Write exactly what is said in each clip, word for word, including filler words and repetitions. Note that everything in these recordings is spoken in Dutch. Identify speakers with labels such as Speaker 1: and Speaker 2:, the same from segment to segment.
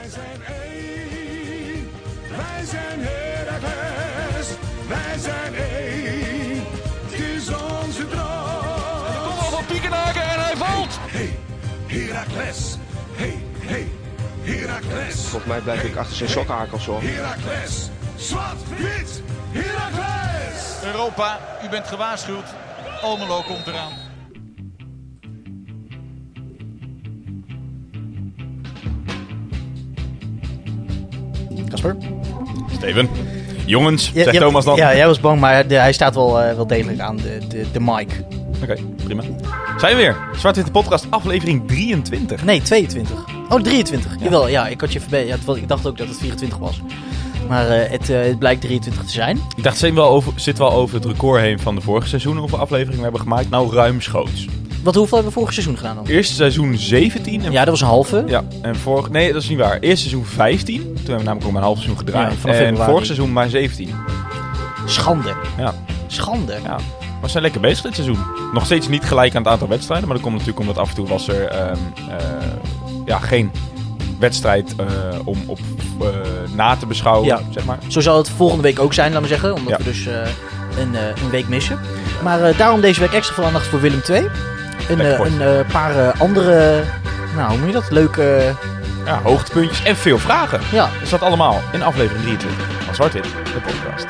Speaker 1: Wij zijn één, wij zijn Heracles, wij zijn één, het is onze droom.
Speaker 2: De kom al van Piekenhaken en hij valt!
Speaker 1: Hey, Heracles, hey, hey, Heracles.
Speaker 3: Volgens mij blijf ik achter zijn sokkenhakels hoor.
Speaker 1: Heracles, zwart-wit, Heracles.
Speaker 2: Europa, u bent gewaarschuwd. Almelo komt eraan.
Speaker 4: Kasper?
Speaker 5: Steven. Jongens,
Speaker 4: Ja,
Speaker 5: zegt
Speaker 4: ja,
Speaker 5: Thomas dan.
Speaker 4: Ja, jij was bang, maar de, hij staat wel, uh, wel degelijk aan de, de, de mic.
Speaker 5: Oké, okay, prima. Zijn we weer. Zwart-Witte Podcast, aflevering drieëntwintig.
Speaker 4: Nee, tweeëntwintig. Oh, drieëntwintig. Ja. Jawel, ja, ik had je verbeterd. Ja, terwijl ik dacht ook dat het vierentwintig was. Maar uh, het, uh, het blijkt drieëntwintig te zijn.
Speaker 5: Ik dacht, zit wel over, zit wel over het record heen van de vorige seizoenen. Hoeveel afleveringen we hebben gemaakt? Nou, ruimschoots.
Speaker 4: Wat, hoeveel hebben we vorig seizoen gedaan dan?
Speaker 5: Eerste seizoen zeventien. En
Speaker 4: ja, dat was een halve.
Speaker 5: Ja, en vorig... Nee, dat is niet waar. Eerste seizoen vijftien. Toen hebben we namelijk ook maar een half seizoen gedraaid.
Speaker 4: Ja, vanaf
Speaker 5: en
Speaker 4: februari.
Speaker 5: vorig seizoen maar zeventien.
Speaker 4: Schande.
Speaker 5: Ja.
Speaker 4: Schande.
Speaker 5: Ja. We zijn lekker bezig dit seizoen. Nog steeds niet gelijk aan het aantal wedstrijden. Maar dat komt natuurlijk omdat af en toe was er um, uh, ja, geen wedstrijd uh, om op uh, na te beschouwen.
Speaker 4: Ja.
Speaker 5: Zeg maar.
Speaker 4: Zo zal het volgende week ook zijn, laat maar zeggen. Omdat
Speaker 5: Ja.
Speaker 4: we dus uh, een, uh, een week missen. Maar uh, daarom deze week extra veel aandacht voor Willem twee. Een, uh, een uh, paar uh, andere, nou hoe noem je dat? Leuke...
Speaker 5: Ja, hoogtepuntjes en veel vragen.
Speaker 4: Ja.
Speaker 5: Dus dat allemaal in aflevering drieëntwintig van Zwart-Wit, de podcast.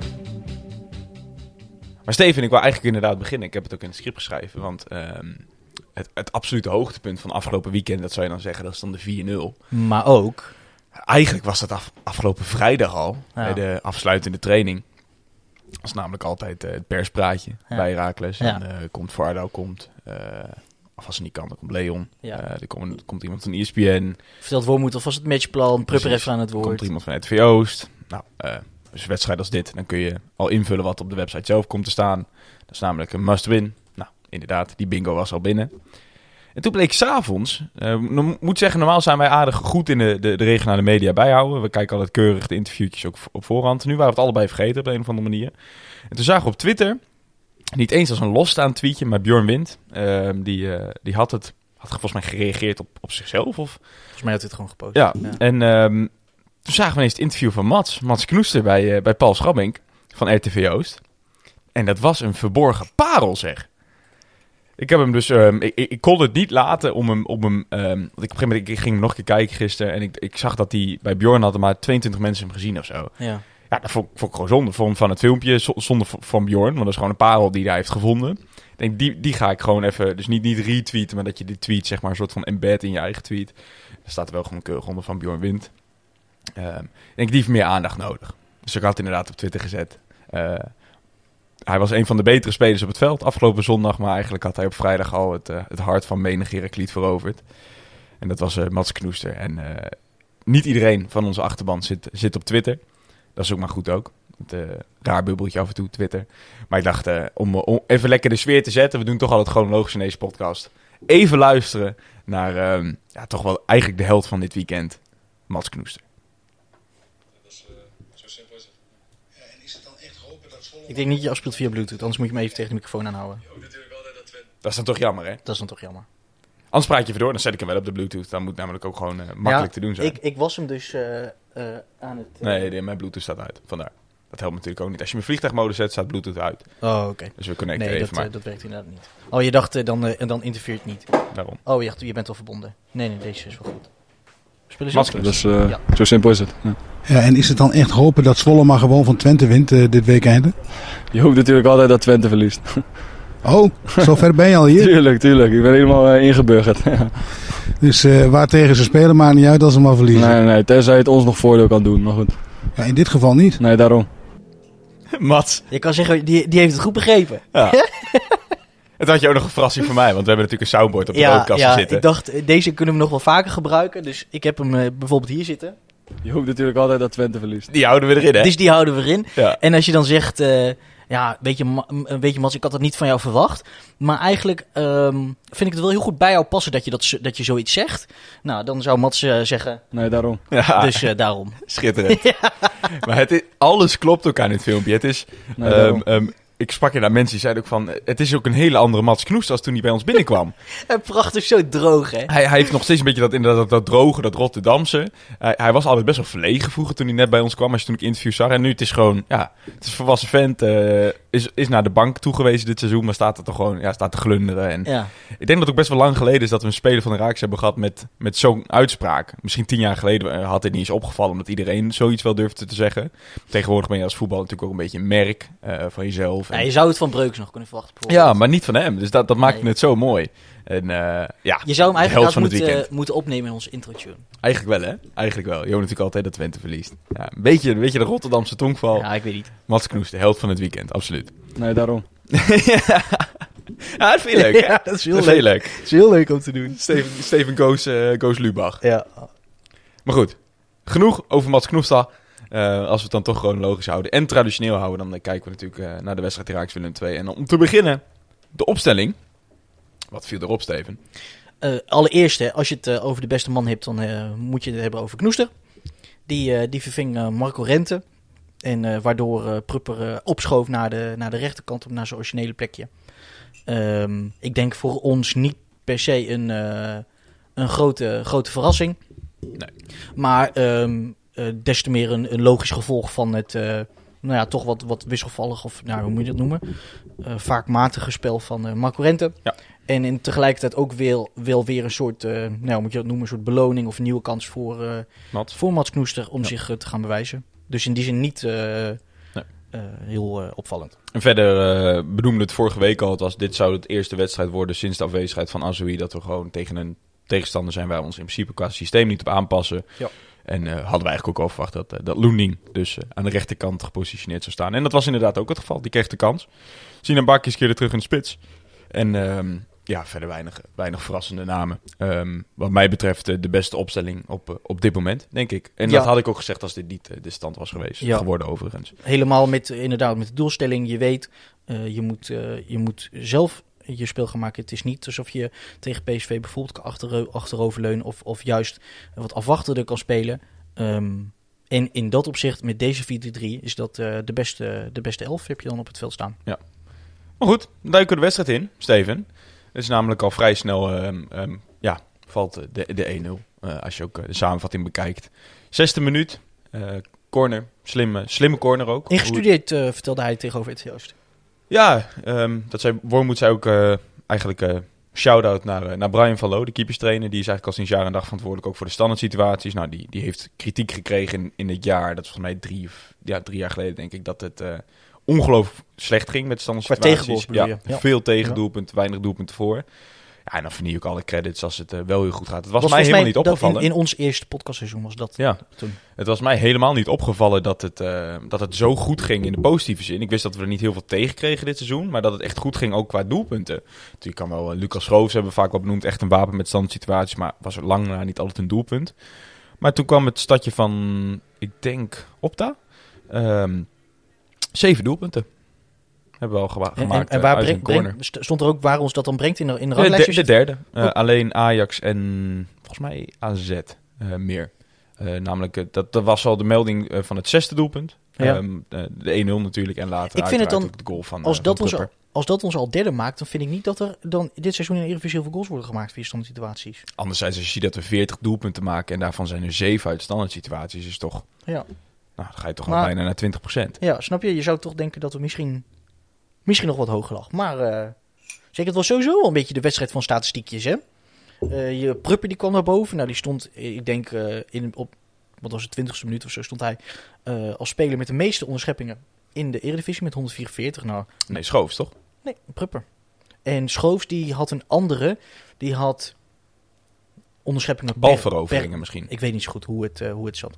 Speaker 5: Maar Steven, ik wil eigenlijk inderdaad beginnen. Ik heb het ook in het script geschreven. Want um, het, het absolute hoogtepunt van afgelopen weekend, dat zou je dan zeggen, dat is dan de vier nul.
Speaker 4: Maar ook...
Speaker 5: Eigenlijk was dat af, afgelopen vrijdag al,
Speaker 4: Ja.
Speaker 5: bij de afsluitende training. Dat is namelijk altijd uh, het perspraatje
Speaker 4: Ja.
Speaker 5: bij Heracles.
Speaker 4: Ja.
Speaker 5: En uh, komt Vardo, komt... Uh, of als het niet kan, dan komt Leon.
Speaker 4: Ja.
Speaker 5: Uh, er, komt, er komt iemand van E S P N.
Speaker 4: Vertelt Wormoed alvast het matchplan. Prupper even aan het
Speaker 5: Er
Speaker 4: woord.
Speaker 5: komt er iemand van R T V Oost. Nou, uh, dus een wedstrijd als dit, dan kun je al invullen wat op de website zelf komt te staan. Dat is namelijk een must-win. Nou, inderdaad, die bingo was al binnen. En toen bleek 's avonds, uh, moet zeggen, normaal zijn wij aardig goed in de, de, de regionale media bijhouden. We kijken altijd keurig de interviewtjes ook op voorhand. Nu waren we het allebei vergeten op een of andere manier. En toen zagen we op Twitter, niet eens als een losstaand tweetje, maar Bjorn Wind, uh, die, uh, die had het, had volgens mij gereageerd op, op zichzelf. Of...
Speaker 4: Volgens mij had hij het gewoon gepost.
Speaker 5: Ja,
Speaker 4: Ja.
Speaker 5: en um, toen zagen we ineens het interview van Mats, Mats Knoester bij, uh, bij Paul Schrabbink van R T V Oost. En dat was een verborgen parel, zeg. Ik heb hem dus, um, ik, ik kon het niet laten om hem, om hem, um, want ik, op een gegeven moment, ik ging hem nog een keer kijken gisteren en ik, ik zag dat hij bij Bjorn hadden maar tweeëntwintig mensen hem gezien of zo.
Speaker 4: Ja.
Speaker 5: Ja, dat vond, vond ik gewoon zonde vond van het filmpje, zonde van Bjorn, want dat is gewoon een parel die hij heeft gevonden. Ik denk, die, die ga ik gewoon even, dus niet, niet retweeten, maar dat je die tweet zeg maar een soort van embed in je eigen tweet. Er staat er wel gewoon keurig onder van Bjorn Wind. Um, ik denk, die heeft meer aandacht nodig. Dus ik had het inderdaad op Twitter gezet. Uh, hij was een van de betere spelers op het veld afgelopen zondag, maar eigenlijk had hij op vrijdag al het, uh, het hart van menig Heracliet veroverd. En dat was uh, Mats Knoester. En uh, niet iedereen van onze achterban zit, zit op Twitter. Dat is ook maar goed ook. Het uh, raar bubbeltje af en toe, Twitter. Maar ik dacht, uh, om, om even lekker de sfeer te zetten, we doen toch altijd chronologisch in deze podcast. Even luisteren naar um, ja, toch wel eigenlijk de held van dit weekend, Mats Knoester.
Speaker 4: Ik denk niet dat je afspeelt via Bluetooth, anders moet je hem even tegen de microfoon aanhouden.
Speaker 5: Dat is dan toch jammer, hè?
Speaker 4: Dat is dan toch jammer.
Speaker 5: Anders praat je even door, dan zet ik hem wel op de Bluetooth. Dan moet het namelijk ook gewoon uh, makkelijk
Speaker 4: Ja,
Speaker 5: te doen zijn.
Speaker 4: Ik, ik was hem dus uh, uh, aan het... Uh...
Speaker 5: Nee, de, mijn Bluetooth staat uit. Vandaar. Dat helpt natuurlijk ook niet. Als je mijn vliegtuigmodus zet, staat Bluetooth uit.
Speaker 4: Oh, oké. Okay.
Speaker 5: Dus we connecten
Speaker 4: nee,
Speaker 5: even
Speaker 4: dat,
Speaker 5: maar.
Speaker 4: uh, dat werkt inderdaad niet. Oh, je dacht, uh, dan, uh, dan interfereert niet.
Speaker 5: Daarom.
Speaker 4: Oh, je, dacht, je bent al verbonden. Nee, nee, deze is wel goed. Spelen ze
Speaker 5: Mats
Speaker 4: ook?
Speaker 6: Dus uh,
Speaker 4: Ja.
Speaker 6: zo simpel is het. Ja.
Speaker 7: Ja, en is het dan echt hopen dat Zwolle maar gewoon van Twente wint uh, dit weekend?
Speaker 6: Je hoopt natuurlijk altijd dat Twente verliest.
Speaker 7: Oh, zo ver ben je al hier.
Speaker 6: tuurlijk, tuurlijk. Ik ben helemaal uh, ingeburgerd.
Speaker 7: Dus uh, waar tegen ze spelen maakt niet uit als ze maar verliezen.
Speaker 6: Nee, nee, tenzij het ons nog voordeel kan doen. Maar goed.
Speaker 7: Ja, in dit geval niet.
Speaker 6: Nee, daarom.
Speaker 5: Mats.
Speaker 4: Je kan zeggen, die, die heeft het goed begrepen.
Speaker 5: Ja. Het had je ook nog een verrassing voor mij, want we hebben natuurlijk een soundboard op de
Speaker 4: ja,
Speaker 5: podcast
Speaker 4: ja,
Speaker 5: zitten.
Speaker 4: ik dacht, deze kunnen we nog wel vaker gebruiken. Dus ik heb hem uh, bijvoorbeeld hier zitten.
Speaker 6: Je hoopt natuurlijk altijd dat Twente verliest.
Speaker 5: Die houden we erin, hè?
Speaker 4: Dus die houden we erin.
Speaker 5: Ja.
Speaker 4: En als je dan zegt, uh, ja, weet je, Ma- weet je Mats, ik had dat niet van jou verwacht. Maar eigenlijk um, vind ik het wel heel goed bij jou passen dat je, dat, dat je zoiets zegt. Nou, dan zou Mats uh, zeggen,
Speaker 6: Nee, daarom.
Speaker 5: Ja,
Speaker 4: dus uh, daarom.
Speaker 5: schitterend. Maar het is, alles klopt ook aan dit filmpje. Het is,
Speaker 6: Nee,
Speaker 5: um,
Speaker 6: daarom.
Speaker 5: um, ik sprak inderdaad mensen die zeiden ook van... Het is ook een hele andere Mats Knoester als toen hij bij ons binnenkwam.
Speaker 4: En prachtig zo droog, hè?
Speaker 5: Hij, hij heeft nog steeds een beetje dat, inderdaad, dat, dat droge, dat Rotterdamse. Hij, hij was altijd best wel verlegen vroeger toen hij net bij ons kwam. Als je toen ik interviews zag. En nu het is gewoon, ja, het is een volwassen vent. Uh, is, is naar de bank toegewezen dit seizoen. Maar staat er toch gewoon, ja, staat te glunderen. En
Speaker 4: Ja.
Speaker 5: ik denk dat het ook best wel lang geleden is dat we een speler van de Raaks hebben gehad met, met zo'n uitspraak. Misschien tien jaar geleden had dit niet eens opgevallen. Omdat iedereen zoiets wel durfde te zeggen. Tegenwoordig ben je als voetbal natuurlijk ook een beetje een merk uh, van jezelf.
Speaker 4: Ja,
Speaker 5: En,
Speaker 4: je zou het van Breukers nog kunnen verwachten. bijvoorbeeld.
Speaker 5: ja, maar niet van hem. Dus dat, dat maakt
Speaker 4: Nee.
Speaker 5: het zo mooi. En uh, ja,
Speaker 4: Je zou hem
Speaker 5: de held
Speaker 4: eigenlijk
Speaker 5: van het
Speaker 4: moeten,
Speaker 5: weekend.
Speaker 4: moeten opnemen in ons intro-tune.
Speaker 5: Eigenlijk wel, hè? Eigenlijk wel. Je hoort natuurlijk altijd dat Twente verliest. Ja, een, beetje, een beetje de Rotterdamse tongval.
Speaker 4: Ja, ik weet niet.
Speaker 5: Mats Knoes, de held van het weekend. Absoluut.
Speaker 6: Nee, daarom.
Speaker 5: ja, dat vind je leuk, hè?
Speaker 4: Ja, dat is heel
Speaker 5: Dat
Speaker 4: leuk.
Speaker 5: vind je leuk.
Speaker 4: Het is heel leuk om te doen.
Speaker 5: Steven, Steven Goos, uh, Goos Lubach.
Speaker 4: Ja.
Speaker 5: Maar goed, genoeg over Mats Knoesta. Uh, als we het dan toch chronologisch houden en traditioneel houden... dan uh, kijken we natuurlijk uh, naar de wedstrijd Ajax Willem twee. En om te beginnen, de opstelling. Wat viel erop, Steven?
Speaker 4: Uh, allereerst, hè, als je het uh, over de beste man hebt, dan uh, moet je het hebben over Knoester. Die, uh, die verving uh, Marco Rente. En uh, waardoor uh, Prupper uh, opschoof naar de, naar de rechterkant, op naar zijn originele plekje. Um, ik denk voor ons niet per se een, uh, een grote, grote verrassing.
Speaker 5: Nee.
Speaker 4: Maar um, uh, des te meer een, een logisch gevolg van het uh, nou ja, toch wat, wat wisselvallig, of nou, hoe moet je dat noemen? Uh, vaak matige spel van uh, Marco Rente.
Speaker 5: Ja.
Speaker 4: En in tegelijkertijd ook wel, wel weer een soort, uh, nou, hoe moet je dat noemen, een soort beloning of een nieuwe kans voor, uh,
Speaker 5: Mats?
Speaker 4: voor Mats Knoester om
Speaker 5: Ja.
Speaker 4: zich uh, te gaan bewijzen. Dus in die zin niet uh,
Speaker 5: Nee.
Speaker 4: uh, heel uh, opvallend.
Speaker 5: En verder uh, benoemde het vorige week al... als dit zou het eerste wedstrijd worden sinds de afwezigheid van Azoui... dat we gewoon tegen een tegenstander zijn... waar we ons in principe qua systeem niet op aanpassen.
Speaker 4: Ja.
Speaker 5: En uh, hadden we eigenlijk ook al verwacht dat, uh, dat Loening dus uh, aan de rechterkant gepositioneerd zou staan. En dat was inderdaad ook het geval. Die kreeg de kans. Sinan Bakis keerde terug in de spits. En um, ja, verder weinig, weinig verrassende namen. Um, wat mij betreft uh, de beste opstelling op, uh, op dit moment, denk ik. En
Speaker 4: Ja.
Speaker 5: dat had ik ook gezegd als dit niet uh, de stand was geweest.
Speaker 4: Ja.
Speaker 5: Geworden overigens.
Speaker 4: Helemaal met, uh, inderdaad, met de doelstelling. Je weet, uh, je, moet, uh, je moet zelf je spel gaan maken. Het is niet alsof je tegen P S V bijvoorbeeld kan achter, achteroverleunen... Of, of juist wat afwachtender kan spelen. Um, en in dat opzicht, met deze vier drie drie... is dat uh, de, beste, de beste elf heb je dan op het veld staan.
Speaker 5: Maar goed, dan duiken we de wedstrijd in, Steven. Het is namelijk al vrij snel, um, um, ja, valt de, de één nul. Uh, als je ook uh, de samenvatting bekijkt. Zesde minuut, uh, corner, slimme, slimme corner ook.
Speaker 4: Ingestudeerd, uh, vertelde hij tegenover het Joost.
Speaker 5: Ja, um, dat zei, Wormoed zei ook uh, eigenlijk uh, shout-out naar, uh, naar Brian van Loo, de keeperstrainer. Die is eigenlijk al sinds jaar en dag verantwoordelijk ook voor de standaard situaties. Nou, die, die heeft kritiek gekregen in, in het jaar, dat is volgens mij drie, ja, drie jaar geleden denk ik, dat het... Uh, ongelooflijk slecht ging met standaard
Speaker 4: Qua
Speaker 5: situaties.
Speaker 4: tegengoals bedoel
Speaker 5: ja,
Speaker 4: je? Ja.
Speaker 5: Veel tegendoelpunten,
Speaker 4: Ja.
Speaker 5: weinig doelpunten voor. Ja, en dan verdien je ook alle credits als het uh, wel heel goed gaat. Het was,
Speaker 4: Was
Speaker 5: mij
Speaker 4: volgens
Speaker 5: helemaal niet
Speaker 4: dat
Speaker 5: opgevallen.
Speaker 4: In, in ons eerste podcastseizoen was dat
Speaker 5: Ja,
Speaker 4: toen.
Speaker 5: het was mij helemaal niet opgevallen dat het, uh, dat het zo goed ging in de positieve zin. Ik wist dat we er niet heel veel tegen kregen dit seizoen, maar dat het echt goed ging ook qua doelpunten. Je kan wel, uh, Lucas Schroefs hebben we vaak wel benoemd, echt een wapen met standaard situaties, maar was er lang na niet altijd een doelpunt. Maar toen kwam het stadje van, ik denk, Opta. Um, zeven doelpunten. Hebben we al gewa-
Speaker 4: En,
Speaker 5: gemaakt
Speaker 4: en, en waar
Speaker 5: uh, uit
Speaker 4: breng,
Speaker 5: een corner.
Speaker 4: breng, st- stond er ook waar ons dat dan brengt in de, in de
Speaker 5: De, de,
Speaker 4: ranglijstjes?
Speaker 5: de derde. Uh,
Speaker 4: Oh.
Speaker 5: Alleen Ajax en volgens mij A Z uh, meer. Uh, namelijk, uh, dat, dat was al de melding uh, van het zesde doelpunt.
Speaker 4: Ja.
Speaker 5: Um, uh, de één nul natuurlijk en later
Speaker 4: Ik vind het dan,
Speaker 5: ook de goal van
Speaker 4: Als,
Speaker 5: uh,
Speaker 4: dat
Speaker 5: van
Speaker 4: ons,
Speaker 5: Prupper.
Speaker 4: al- als dat ons al derde maakt, dan vind ik niet dat er dan dit seizoen in de Eredivisie heel veel goals worden gemaakt via standaard situaties.
Speaker 5: Anderzijds, als je ziet dat we veertig doelpunten maken en daarvan zijn er zeven uit standaard situaties, is toch,
Speaker 4: Ja.
Speaker 5: nou, dan ga je toch
Speaker 4: Maar-
Speaker 5: al bijna naar twintig procent.
Speaker 4: Ja, snap je? Je zou toch denken dat we misschien, misschien nog wat hoger lag. Maar uh, zeker, het was sowieso wel een beetje de wedstrijd van statistiekjes, hè? Uh, je Prupper die kwam naar boven. Nou, die stond, ik denk, uh, in, op, wat was het, twintigste minuut of zo, stond hij uh, als speler met de meeste onderscheppingen in de Eredivisie met honderdvierenveertig. Nou,
Speaker 5: Nee, Schoofs toch?
Speaker 4: nee, Prupper. En Schoofs die had een andere, die had onderscheppingen per-
Speaker 5: Balveroveringen
Speaker 4: per-
Speaker 5: misschien.
Speaker 4: Ik weet niet zo goed hoe het, uh, hoe het zat.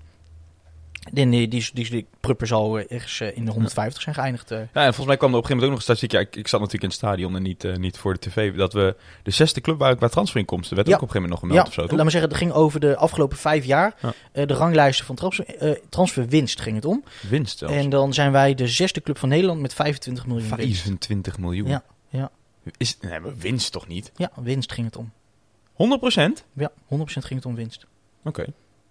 Speaker 4: Die, die, die, die, die Prupper zal uh, ergens uh, in de honderdvijftig zijn geëindigd. Uh.
Speaker 5: Ja, en volgens mij kwam er op een gegeven moment ook nog een statistiek. Ja, ik, ik zat natuurlijk in het stadion en niet, uh, niet voor de tv. Dat we de zesde club waren qua transferinkomsten. Werd
Speaker 4: Ja.
Speaker 5: ook op een gegeven moment nog gemeld
Speaker 4: Ja,
Speaker 5: of zo, toch?
Speaker 4: laat maar zeggen, het ging over de afgelopen vijf jaar.
Speaker 5: Ja.
Speaker 4: Uh, de ranglijsten van transfer, uh, transferwinst ging het om.
Speaker 5: Winst zelfs.
Speaker 4: En dan zijn wij de zesde club van Nederland met vijfentwintig miljoen winst.
Speaker 5: vijfentwintig miljoen.
Speaker 4: Ja, ja.
Speaker 5: Is, nee, maar winst toch niet?
Speaker 4: Ja, winst ging het om.
Speaker 5: honderd procent?
Speaker 4: Ja, honderd procent ging het om winst.
Speaker 5: Oké.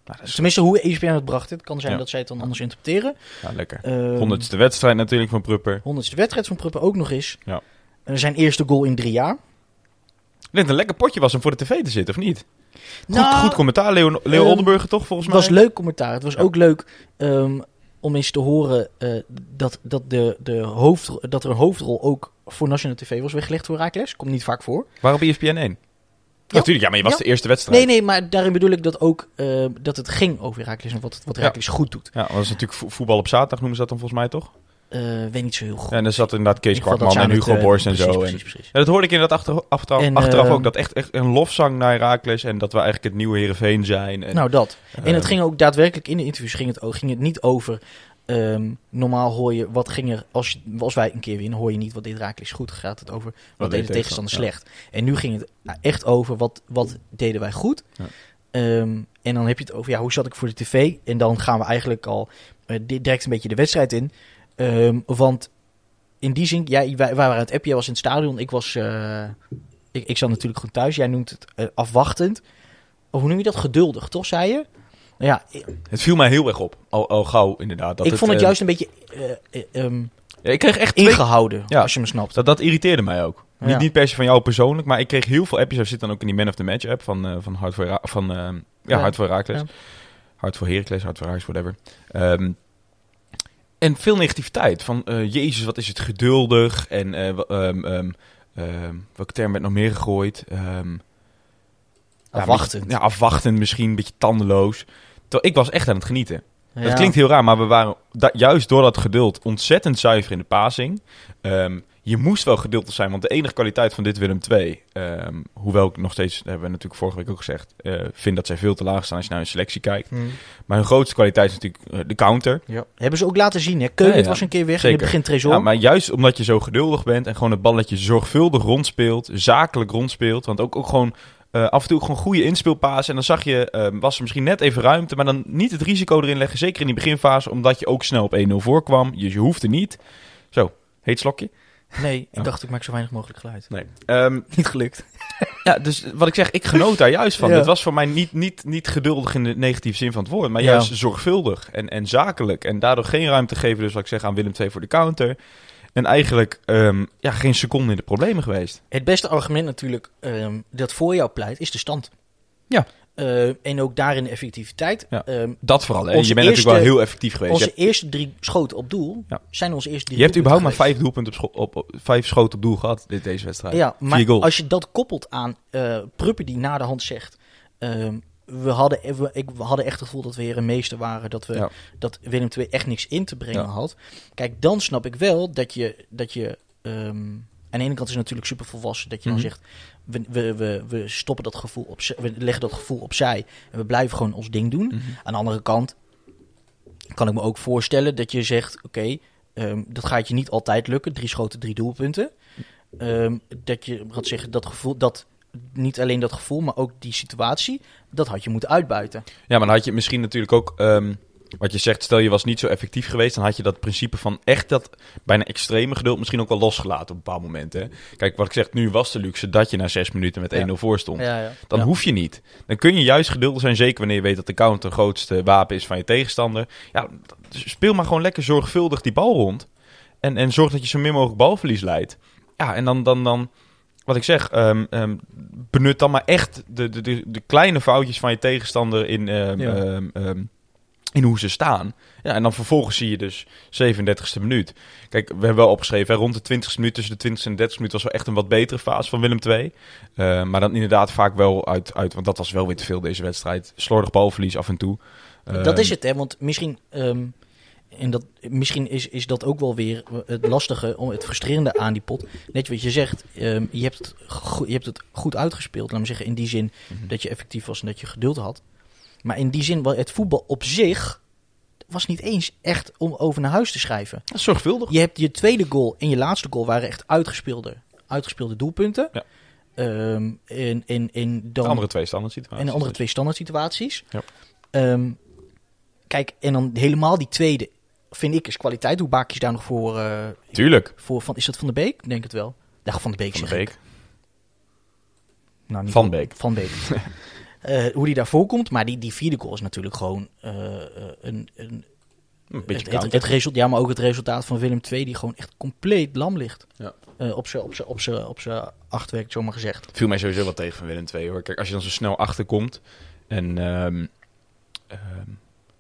Speaker 5: Nou, dat is
Speaker 4: Tenminste, hoe E S P N het bracht. Het kan zijn
Speaker 5: Ja.
Speaker 4: dat zij het dan anders interpreteren.
Speaker 5: ja, lekker.
Speaker 4: Ehm,
Speaker 5: Honderdste wedstrijd natuurlijk van Prupper.
Speaker 4: honderdste wedstrijd van Prupper ook nog eens.
Speaker 5: Ja.
Speaker 4: Uh, zijn eerste goal in drie jaar.
Speaker 5: Ik denk dat het een lekker potje was om voor de tv te zitten, of niet? Goed,
Speaker 4: Nou,
Speaker 5: goed commentaar. Leo, Leo
Speaker 4: ehm,
Speaker 5: Oldenburger toch, volgens
Speaker 4: Het
Speaker 5: mij?
Speaker 4: was leuk commentaar. Het was
Speaker 5: Ja.
Speaker 4: ook leuk um, om eens te horen uh, dat, dat, de, de hoofd, dat er een hoofdrol ook voor National T V was weggelegd voor Heracles. Komt niet vaak voor.
Speaker 5: Waar op E S P N één?
Speaker 4: Ja.
Speaker 5: Natuurlijk, ja, maar je was
Speaker 4: Ja.
Speaker 5: de eerste wedstrijd.
Speaker 4: Nee, nee, maar daarin bedoel ik dat ook uh, dat het ging over Heracles en wat, wat Heracles goed doet.
Speaker 5: Ja, dat was natuurlijk vo- voetbal op zaterdag, noemen ze dat dan volgens mij toch?
Speaker 4: Uh, weet niet zo heel goed.
Speaker 5: Ja, en er zat inderdaad Kees
Speaker 4: In ieder geval,
Speaker 5: Kwakman
Speaker 4: dat
Speaker 5: en
Speaker 4: zijn
Speaker 5: Hugo
Speaker 4: het, uh,
Speaker 5: Borst en
Speaker 4: precies,
Speaker 5: zo.
Speaker 4: Precies,
Speaker 5: En,
Speaker 4: precies.
Speaker 5: ja, dat hoorde ik inderdaad achter, achteraf,
Speaker 4: En,
Speaker 5: achteraf
Speaker 4: uh,
Speaker 5: ook. Dat echt, echt een lofzang naar Heracles en dat we eigenlijk het nieuwe Heerenveen zijn. En,
Speaker 4: Nou, dat. En het
Speaker 5: eh,
Speaker 4: ging ook daadwerkelijk in de interviews ging het, ook, ging het niet over. Um, normaal hoor je wat ging er als, je, als wij een keer winnen, hoor je niet wat deed Heracles goed. Gaat het over wat,
Speaker 5: Wat
Speaker 4: deed
Speaker 5: deed
Speaker 4: de tegenstander
Speaker 5: tegenstander,
Speaker 4: slecht. En nu ging het echt over wat, wat deden wij goed.
Speaker 5: Ja.
Speaker 4: Um, en dan heb je het over ja, hoe zat ik voor de tv. En dan gaan we eigenlijk al uh, direct een beetje de wedstrijd in. Um, want in die zin, ja, wij, wij waren aan het appen, jij was in het stadion. Ik was, uh, ik, ik zat natuurlijk goed thuis. Jij noemt het uh, afwachtend. Of hoe noem je dat? Geduldig, toch, zei je? Nou ja, ik,
Speaker 5: Het viel mij heel erg op, al, al gauw inderdaad. Dat
Speaker 4: ik vond het
Speaker 5: eh,
Speaker 4: juist een beetje uh, uh, um,
Speaker 5: ja, ik kreeg echt twee...
Speaker 4: ingehouden,
Speaker 5: Ja.
Speaker 4: als je me snapt.
Speaker 5: Dat, dat irriteerde mij ook.
Speaker 4: Ja.
Speaker 5: Niet, niet per se van jou persoonlijk, maar ik kreeg heel veel appjes. Er zit dan ook in die Man of the Match app van, uh, van Hart voor Hera- van uh, ja,
Speaker 4: Ja.
Speaker 5: Hart voor Heracles.
Speaker 4: Ja.
Speaker 5: Hart voor Heracles, Hart voor Heracles, whatever. Um, en veel negativiteit. Van, uh, jezus, wat is het geduldig. En uh, um, um, um, welke term werd nog meer gegooid? Um,
Speaker 4: Afwachtend.
Speaker 5: Ja, ja, afwachtend misschien, een beetje tandeloos. Terwijl ik was echt aan het genieten.
Speaker 4: Ja.
Speaker 5: Dat klinkt heel raar, maar we waren da- juist door dat geduld ontzettend zuiver in de passing. Um, je moest wel geduldig zijn, want de enige kwaliteit van dit Willem twee... Um, hoewel ik nog steeds, dat hebben we natuurlijk vorige week ook gezegd... Uh, vind dat zij veel te laag staan als je naar hun selectie kijkt.
Speaker 4: Hmm.
Speaker 5: Maar hun grootste kwaliteit is natuurlijk uh, de counter.
Speaker 4: Ja. Hebben ze ook laten zien, hè? Keulen
Speaker 5: Ja, ja.
Speaker 4: was een keer weg
Speaker 5: Zeker.
Speaker 4: en je begint Tresor.
Speaker 5: Ja, maar juist omdat je zo geduldig bent en gewoon het balletje zorgvuldig rondspeelt, zakelijk rondspeelt, want ook, ook gewoon uh, af en toe ook gewoon goede inspeelpaas. En dan zag je, uh, was er misschien net even ruimte, maar dan niet het risico erin leggen, zeker in die beginfase, omdat je ook snel op één nul voorkwam. Je, je hoefde niet. Zo, heet slokje?
Speaker 4: Nee, ik
Speaker 5: Oh.
Speaker 4: dacht ik maak zo weinig mogelijk geluid.
Speaker 5: Nee. Um,
Speaker 4: Niet gelukt.
Speaker 5: ja, dus wat ik zeg, ik genoot daar juist van.
Speaker 4: Ja.
Speaker 5: Het was voor mij niet, niet, niet geduldig in de negatieve zin van het woord, maar
Speaker 4: Ja.
Speaker 5: juist zorgvuldig en, en zakelijk. En daardoor geen ruimte geven, dus wat ik zeg, aan Willem twee voor de counter. En eigenlijk um, ja, geen seconde in de problemen geweest.
Speaker 4: Het beste argument natuurlijk um, dat voor jou pleit, is de stand.
Speaker 5: Ja.
Speaker 4: Uh, en ook daarin de effectiviteit.
Speaker 5: Ja.
Speaker 4: Um,
Speaker 5: Dat vooral, hè?
Speaker 4: Onze
Speaker 5: Je bent
Speaker 4: eerste-
Speaker 5: natuurlijk wel heel effectief geweest.
Speaker 4: onze
Speaker 5: Je hebt,
Speaker 4: eerste drie schoten op doel
Speaker 5: Ja.
Speaker 4: zijn onze eerste drie
Speaker 5: je hebt überhaupt maar
Speaker 4: doelpunten
Speaker 5: vijf doelpunten op, scho- op, op vijf schoten op doel gehad, dit, deze wedstrijd.
Speaker 4: geweest. Ja, maar
Speaker 5: Vier goals.
Speaker 4: als je dat koppelt aan uh, Pruppen die na de hand zegt... Um, we, hadden, we, ik, we hadden echt het gevoel dat we hier een meester waren. Dat, we,
Speaker 5: Ja.
Speaker 4: dat Willem twee echt niks in te brengen
Speaker 5: Ja.
Speaker 4: had. Kijk, dan snap ik wel dat je... Dat je um, aan de ene kant is het natuurlijk super volwassen. Dat je
Speaker 5: Mhm.
Speaker 4: dan zegt, we, we, we, we stoppen dat gevoel op, we leggen dat gevoel opzij. En we blijven gewoon ons ding doen.
Speaker 5: Mhm.
Speaker 4: Aan de andere kant kan ik me ook voorstellen dat je zegt... Oké, okay, um, dat gaat je niet altijd lukken. Drie schoten, drie doelpunten. Um, dat je gaat zeggen, dat gevoel... dat niet alleen dat gevoel, maar ook die situatie... dat had je moeten uitbuiten.
Speaker 5: Ja, maar dan had je misschien natuurlijk ook... Um, wat je zegt, stel je was niet zo effectief geweest... dan had je dat principe van echt dat bijna extreme geduld... misschien ook wel losgelaten op bepaalde momenten. Hè? Kijk, wat ik zeg, nu was de luxe dat je na zes minuten met
Speaker 4: Ja.
Speaker 5: één nul voor stond.
Speaker 4: Ja, ja.
Speaker 5: Dan
Speaker 4: ja.
Speaker 5: hoef je niet. Dan kun je juist geduldig zijn, zeker wanneer je weet dat de counter het grootste wapen is van je tegenstander. Ja, speel maar gewoon lekker zorgvuldig die bal rond. En, en zorg dat je zo min mogelijk balverlies leidt. Ja, en dan, dan, dan wat ik zeg, um, um, benut dan maar echt de, de, de, de kleine foutjes van je tegenstander in, um,
Speaker 4: Ja.
Speaker 5: um, um, in hoe ze staan. Ja, en dan vervolgens zie je dus zevenendertigste minuut. Kijk, we hebben wel opgeschreven, hè, rond de twintigste minuut, tussen de twintigste en de dertigste minuut was wel echt een wat betere fase van Willem twee. Uh, maar dan inderdaad vaak wel uit, uit, want dat was wel weer te veel deze wedstrijd. Slordig balverlies af en toe.
Speaker 4: Dat
Speaker 5: Um,
Speaker 4: is het, hè? Want misschien, um, en dat, misschien is, is dat ook wel weer het lastige, om het frustrerende aan die pot. Net wat je zegt, um, je, hebt het go- je hebt het goed uitgespeeld. Laat me zeggen, in die zin
Speaker 5: Mhm.
Speaker 4: dat je effectief was en dat je geduld had. Maar in die zin, wel, het voetbal op zich was niet eens echt om over naar huis te schrijven.
Speaker 5: Zorgvuldig.
Speaker 4: Je hebt je tweede goal en je laatste goal waren echt uitgespeelde, uitgespeelde doelpunten.
Speaker 5: Ja.
Speaker 4: Um, en, en, en dan...
Speaker 5: De andere twee standaard situaties.
Speaker 4: En de andere twee standaard situaties.
Speaker 5: Ja.
Speaker 4: Um, kijk, en dan helemaal die tweede, vind ik, is kwaliteit. Hoe baak je daar nog voor? Uh,
Speaker 5: Tuurlijk.
Speaker 4: voor van, is dat Van de Beek? Ik denk het wel. Ja, Van de Beek
Speaker 5: Van de
Speaker 4: zeg ik.
Speaker 5: Beek.
Speaker 4: Nou, niet
Speaker 5: Van Beek.
Speaker 4: Van Beek. uh, hoe die daarvoor komt. Maar die, die vierde goal is natuurlijk gewoon uh, uh, een... een
Speaker 5: Een beetje
Speaker 4: het, het, het resultaat, ja, maar ook het resultaat van Willem twee, die gewoon echt compleet lam ligt.
Speaker 5: Ja.
Speaker 4: Uh, op zijn op zijn op zijn op zijn acht werkt, zomaar gezegd.
Speaker 5: Viel mij sowieso wat tegen van Willem twee, hoor. Kijk, als je dan zo snel achterkomt en um, um,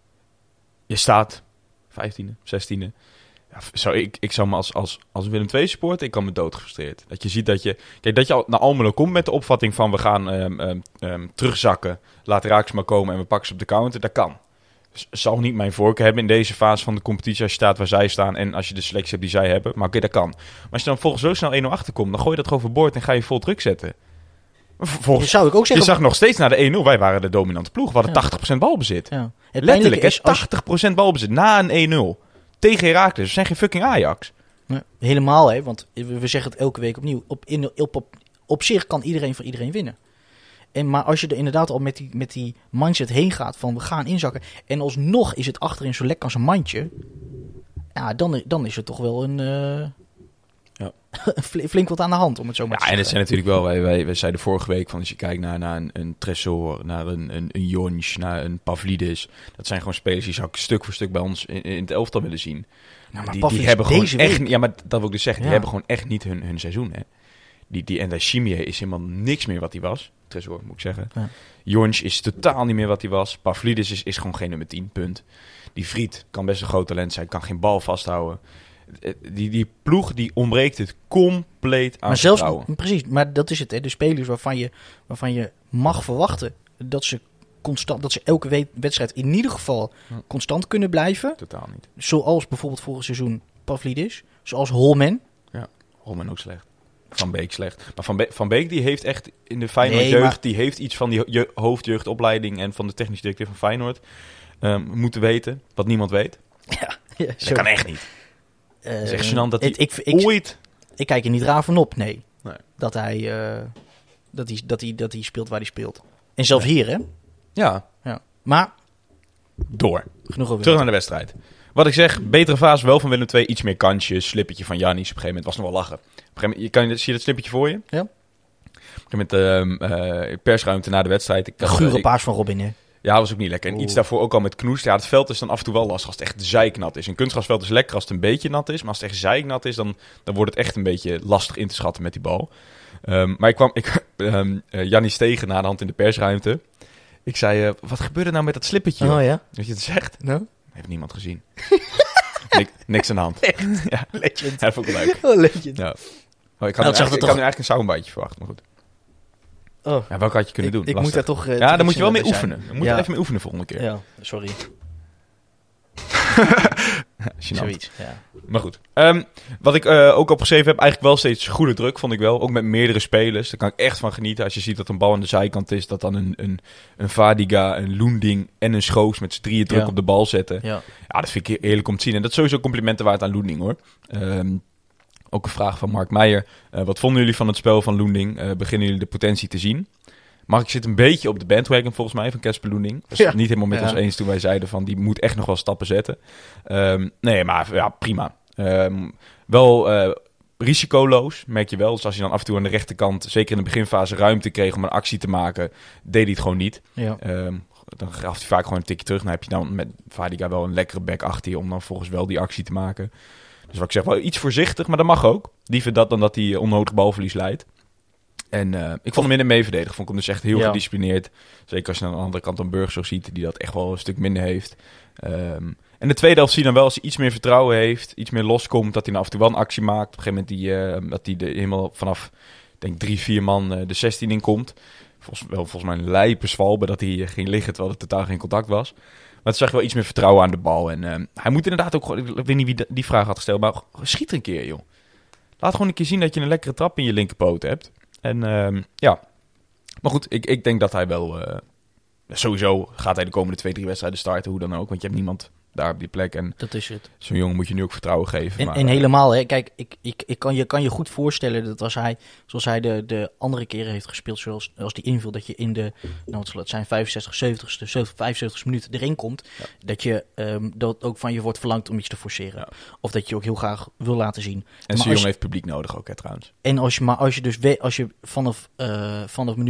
Speaker 5: je staat vijftiende, zestiende. Ja, zou ik, ik zou me als, als, als Willem twee supporter, ik kan me doodgefrustreerd. Dat je ziet dat je... Kijk, dat je al naar Almelo komt met de opvatting van we gaan um, um, um, terugzakken, laten Raakers maar komen en we pakken ze op de counter. Dat kan. Zal niet mijn voorkeur hebben in deze fase van de competitie als je staat waar zij staan en als je de selectie hebt die zij hebben. Maar oké, okay, dat kan. Maar als je dan volgens zo snel één nul achterkomt, dan gooi je dat gewoon overboord en ga je vol druk zetten. Volgens,
Speaker 4: zou ik ook zeggen,
Speaker 5: je zag nog steeds na de één nul, wij waren de dominante ploeg. We hadden ja. tachtig procent balbezit.
Speaker 4: Ja. Het
Speaker 5: Letterlijk,
Speaker 4: is,
Speaker 5: tachtig procent balbezit na een één nul. Tegen Heracles. We zijn geen fucking Ajax.
Speaker 4: Ja, helemaal, hè. Want we zeggen het elke week opnieuw. Op, in, op, op, op zich kan iedereen van iedereen winnen. En, maar als je er inderdaad al met die, met die mindset heen gaat van we gaan inzakken. En alsnog is het achterin zo lekker als een mandje. Ja, dan, dan is er toch wel een... Uh, ja. flink wat aan de hand, om het zo maar
Speaker 5: ja,
Speaker 4: te zeggen.
Speaker 5: En het zijn natuurlijk wel... Wij, wij, wij zeiden vorige week van als je kijkt naar, naar een, een Tresor, naar een, een, een Jonch, naar een Pavlidis. Dat zijn gewoon spelers die zou ik stuk voor stuk bij ons in, in het elftal willen zien.
Speaker 4: Nou, maar
Speaker 5: die, die hebben gewoon echt...
Speaker 4: week.
Speaker 5: Ja, maar dat wil ik dus zeggen.
Speaker 4: Ja.
Speaker 5: Die hebben gewoon echt niet hun, hun seizoen, hè. Die, die, en Chimier is helemaal niks meer wat hij was. Tresor, moet ik zeggen. Ja. Jonch is totaal niet meer wat hij was. Pavlidis is, is gewoon geen nummer tien, punt. Die Vriet kan best een groot talent zijn, kan geen bal vasthouden. Die, die ploeg, die ontbreekt het compleet aan
Speaker 4: maar zelfs,
Speaker 5: vertrouwen.
Speaker 4: Precies, maar dat is het. Hè. De spelers waarvan je, waarvan je mag verwachten dat ze, constant, dat ze elke we- wedstrijd in ieder geval hm. constant kunnen blijven.
Speaker 5: Totaal niet.
Speaker 4: Zoals bijvoorbeeld vorig seizoen Pavlidis. Zoals Holmen.
Speaker 5: Ja, Holmen ook slecht. Van Beek slecht. Maar Van, Be- Van Beek die heeft echt in de Feyenoord
Speaker 4: nee,
Speaker 5: jeugd...
Speaker 4: Maar...
Speaker 5: die heeft iets van die je- hoofdjeugdopleiding... en van de technische directeur van Feyenoord... Um, moeten weten. Wat niemand weet.
Speaker 4: Ja, ja,
Speaker 5: dat kan echt niet. Uh, het is echt gênant dat hij
Speaker 4: ik, ik,
Speaker 5: ooit...
Speaker 4: Ik kijk er niet raar van op, nee.
Speaker 5: nee.
Speaker 4: Dat, hij, uh, dat, hij, dat, hij, dat hij speelt waar hij speelt. En zelfs nee. hier, hè?
Speaker 5: Ja.
Speaker 4: ja. Maar...
Speaker 5: Door.
Speaker 4: Genoeg over.
Speaker 5: Terug naar de wedstrijd. Wat ik zeg, betere fase wel van Willem twee. Iets meer kansjes, slippertje van Jannis. Op een gegeven moment was nog wel lachen. Op een gegeven moment, je kan, zie je dat slippertje voor je?
Speaker 4: Ja.
Speaker 5: Op een gegeven moment uh, uh, persruimte na de wedstrijd. Ik
Speaker 4: een gure paas van Robin, hè?
Speaker 5: Ja, dat was ook niet lekker. En Oeh. iets daarvoor ook al met knoest. Ja, het veld is dan af en toe wel lastig als het echt zeiknat is. Een kunstgrasveld is lekker als het een beetje nat is. Maar als het echt zeiknat is, dan, dan wordt het echt een beetje lastig in te schatten met die bal. Um, maar ik kwam ik, um, uh, Jannis tegen na de hand in de persruimte. Ik zei, uh, wat gebeurde nou met dat slippertje?
Speaker 4: Oh ja?
Speaker 5: Weet je het zegt?
Speaker 4: Nou?
Speaker 5: Heeft niemand gezien. Nik, niks aan de hand.
Speaker 4: Echt?
Speaker 5: Ja.
Speaker 4: Legend.
Speaker 5: Dat vond ik leuk.
Speaker 4: Oh, legend.
Speaker 5: Ja. Oh, ik had,
Speaker 4: nou,
Speaker 5: nu,
Speaker 4: toch...
Speaker 5: ik had nu eigenlijk een soundbiteje verwacht, maar goed.
Speaker 4: Oh.
Speaker 5: Ja, welke had je kunnen
Speaker 4: ik,
Speaker 5: doen?
Speaker 4: Ik
Speaker 5: Lastig.
Speaker 4: moet daar toch... Uh,
Speaker 5: ja, daar moet je wel mee oefenen. Dan moet je
Speaker 4: ja.
Speaker 5: even mee oefenen volgende keer.
Speaker 4: Ja, sorry. Zoiets, ja.
Speaker 5: Maar goed. Um, wat ik uh, ook opgeschreven heb, eigenlijk wel steeds goede druk, vond ik wel. Ook met meerdere spelers. Daar kan ik echt van genieten. Als je ziet dat een bal aan de zijkant is, dat dan een, een, een Vadiga, een Loending en een Schoos met z'n drieën druk ja. op de bal zetten. Ja. ja, dat vind ik heerlijk om te zien. En dat is sowieso complimenten waard aan Loending, hoor. Um, ook een vraag van Mark Meijer. Uh, wat vonden jullie van het spel van Loending? Uh, beginnen jullie de potentie te zien? Mark zit een beetje op de bandwagon volgens mij van Casper Loending. Was ja. niet helemaal met ja. ons eens toen wij zeiden van die moet echt nog wel stappen zetten. Um, nee, maar ja, prima. Um, wel uh, risicoloos, merk je wel. Dus als je dan af en toe aan de rechterkant, zeker in de beginfase, ruimte kreeg om een actie te maken, deed hij het gewoon niet.
Speaker 4: Ja.
Speaker 5: Um, dan gaf hij vaak gewoon een tikje terug. Dan heb je dan met Vadiga wel een lekkere back achter je om dan volgens wel die actie te maken. Dus wat ik zeg, wel iets voorzichtig, maar dat mag ook. Liever dat dan dat hij onnodig balverlies leidt. En uh, ik vond hem in de meeverdediger. Vond ik hem dus echt heel ja. gedisciplineerd. Zeker als je aan de andere kant een Burgzorg ziet, die dat echt wel een stuk minder heeft. Um, en de tweede helft zie je dan wel, als hij iets meer vertrouwen heeft, iets meer loskomt, dat hij dan af en toe wel een actie maakt. Op een gegeven moment die, uh, dat hij de, helemaal vanaf, denk drie, vier man uh, de zestien in komt. Volgens, wel volgens mij een lijpe zwalbe dat hij uh, ging liggen, terwijl er totaal geen contact was. Maar het zag wel iets meer vertrouwen aan de bal. En uh, hij moet inderdaad ook, ik weet niet wie de, die vraag had gesteld, maar schiet er een keer, joh. Laat gewoon een keer zien dat je een lekkere trap in je linkerpoot hebt. En uh, ja, maar goed, ik, ik denk dat hij wel, uh, sowieso gaat hij de komende twee, drie wedstrijden starten, hoe dan ook. Want je hebt niemand daar op die plek. En
Speaker 4: dat is het.
Speaker 5: Zo'n jongen moet je nu ook vertrouwen geven.
Speaker 4: En,
Speaker 5: maar,
Speaker 4: en helemaal, hè. Kijk, ik, ik, ik kan, je kan je goed voorstellen dat als hij, zoals hij de, de andere keren heeft gespeeld, zoals als die invult, dat je in de, nou wat zal het zijn, vijfenzestig, zeventigste, vijfenzeventigste minuut erin komt, ja. dat je um, dat ook van je wordt verlangd om iets te forceren. Ja. Of dat je ook heel graag wil laten zien.
Speaker 5: En zo'n jongen heeft publiek nodig ook, hè, trouwens.
Speaker 4: En als je, maar als je dus we, als je vanaf, uh, vanaf minuut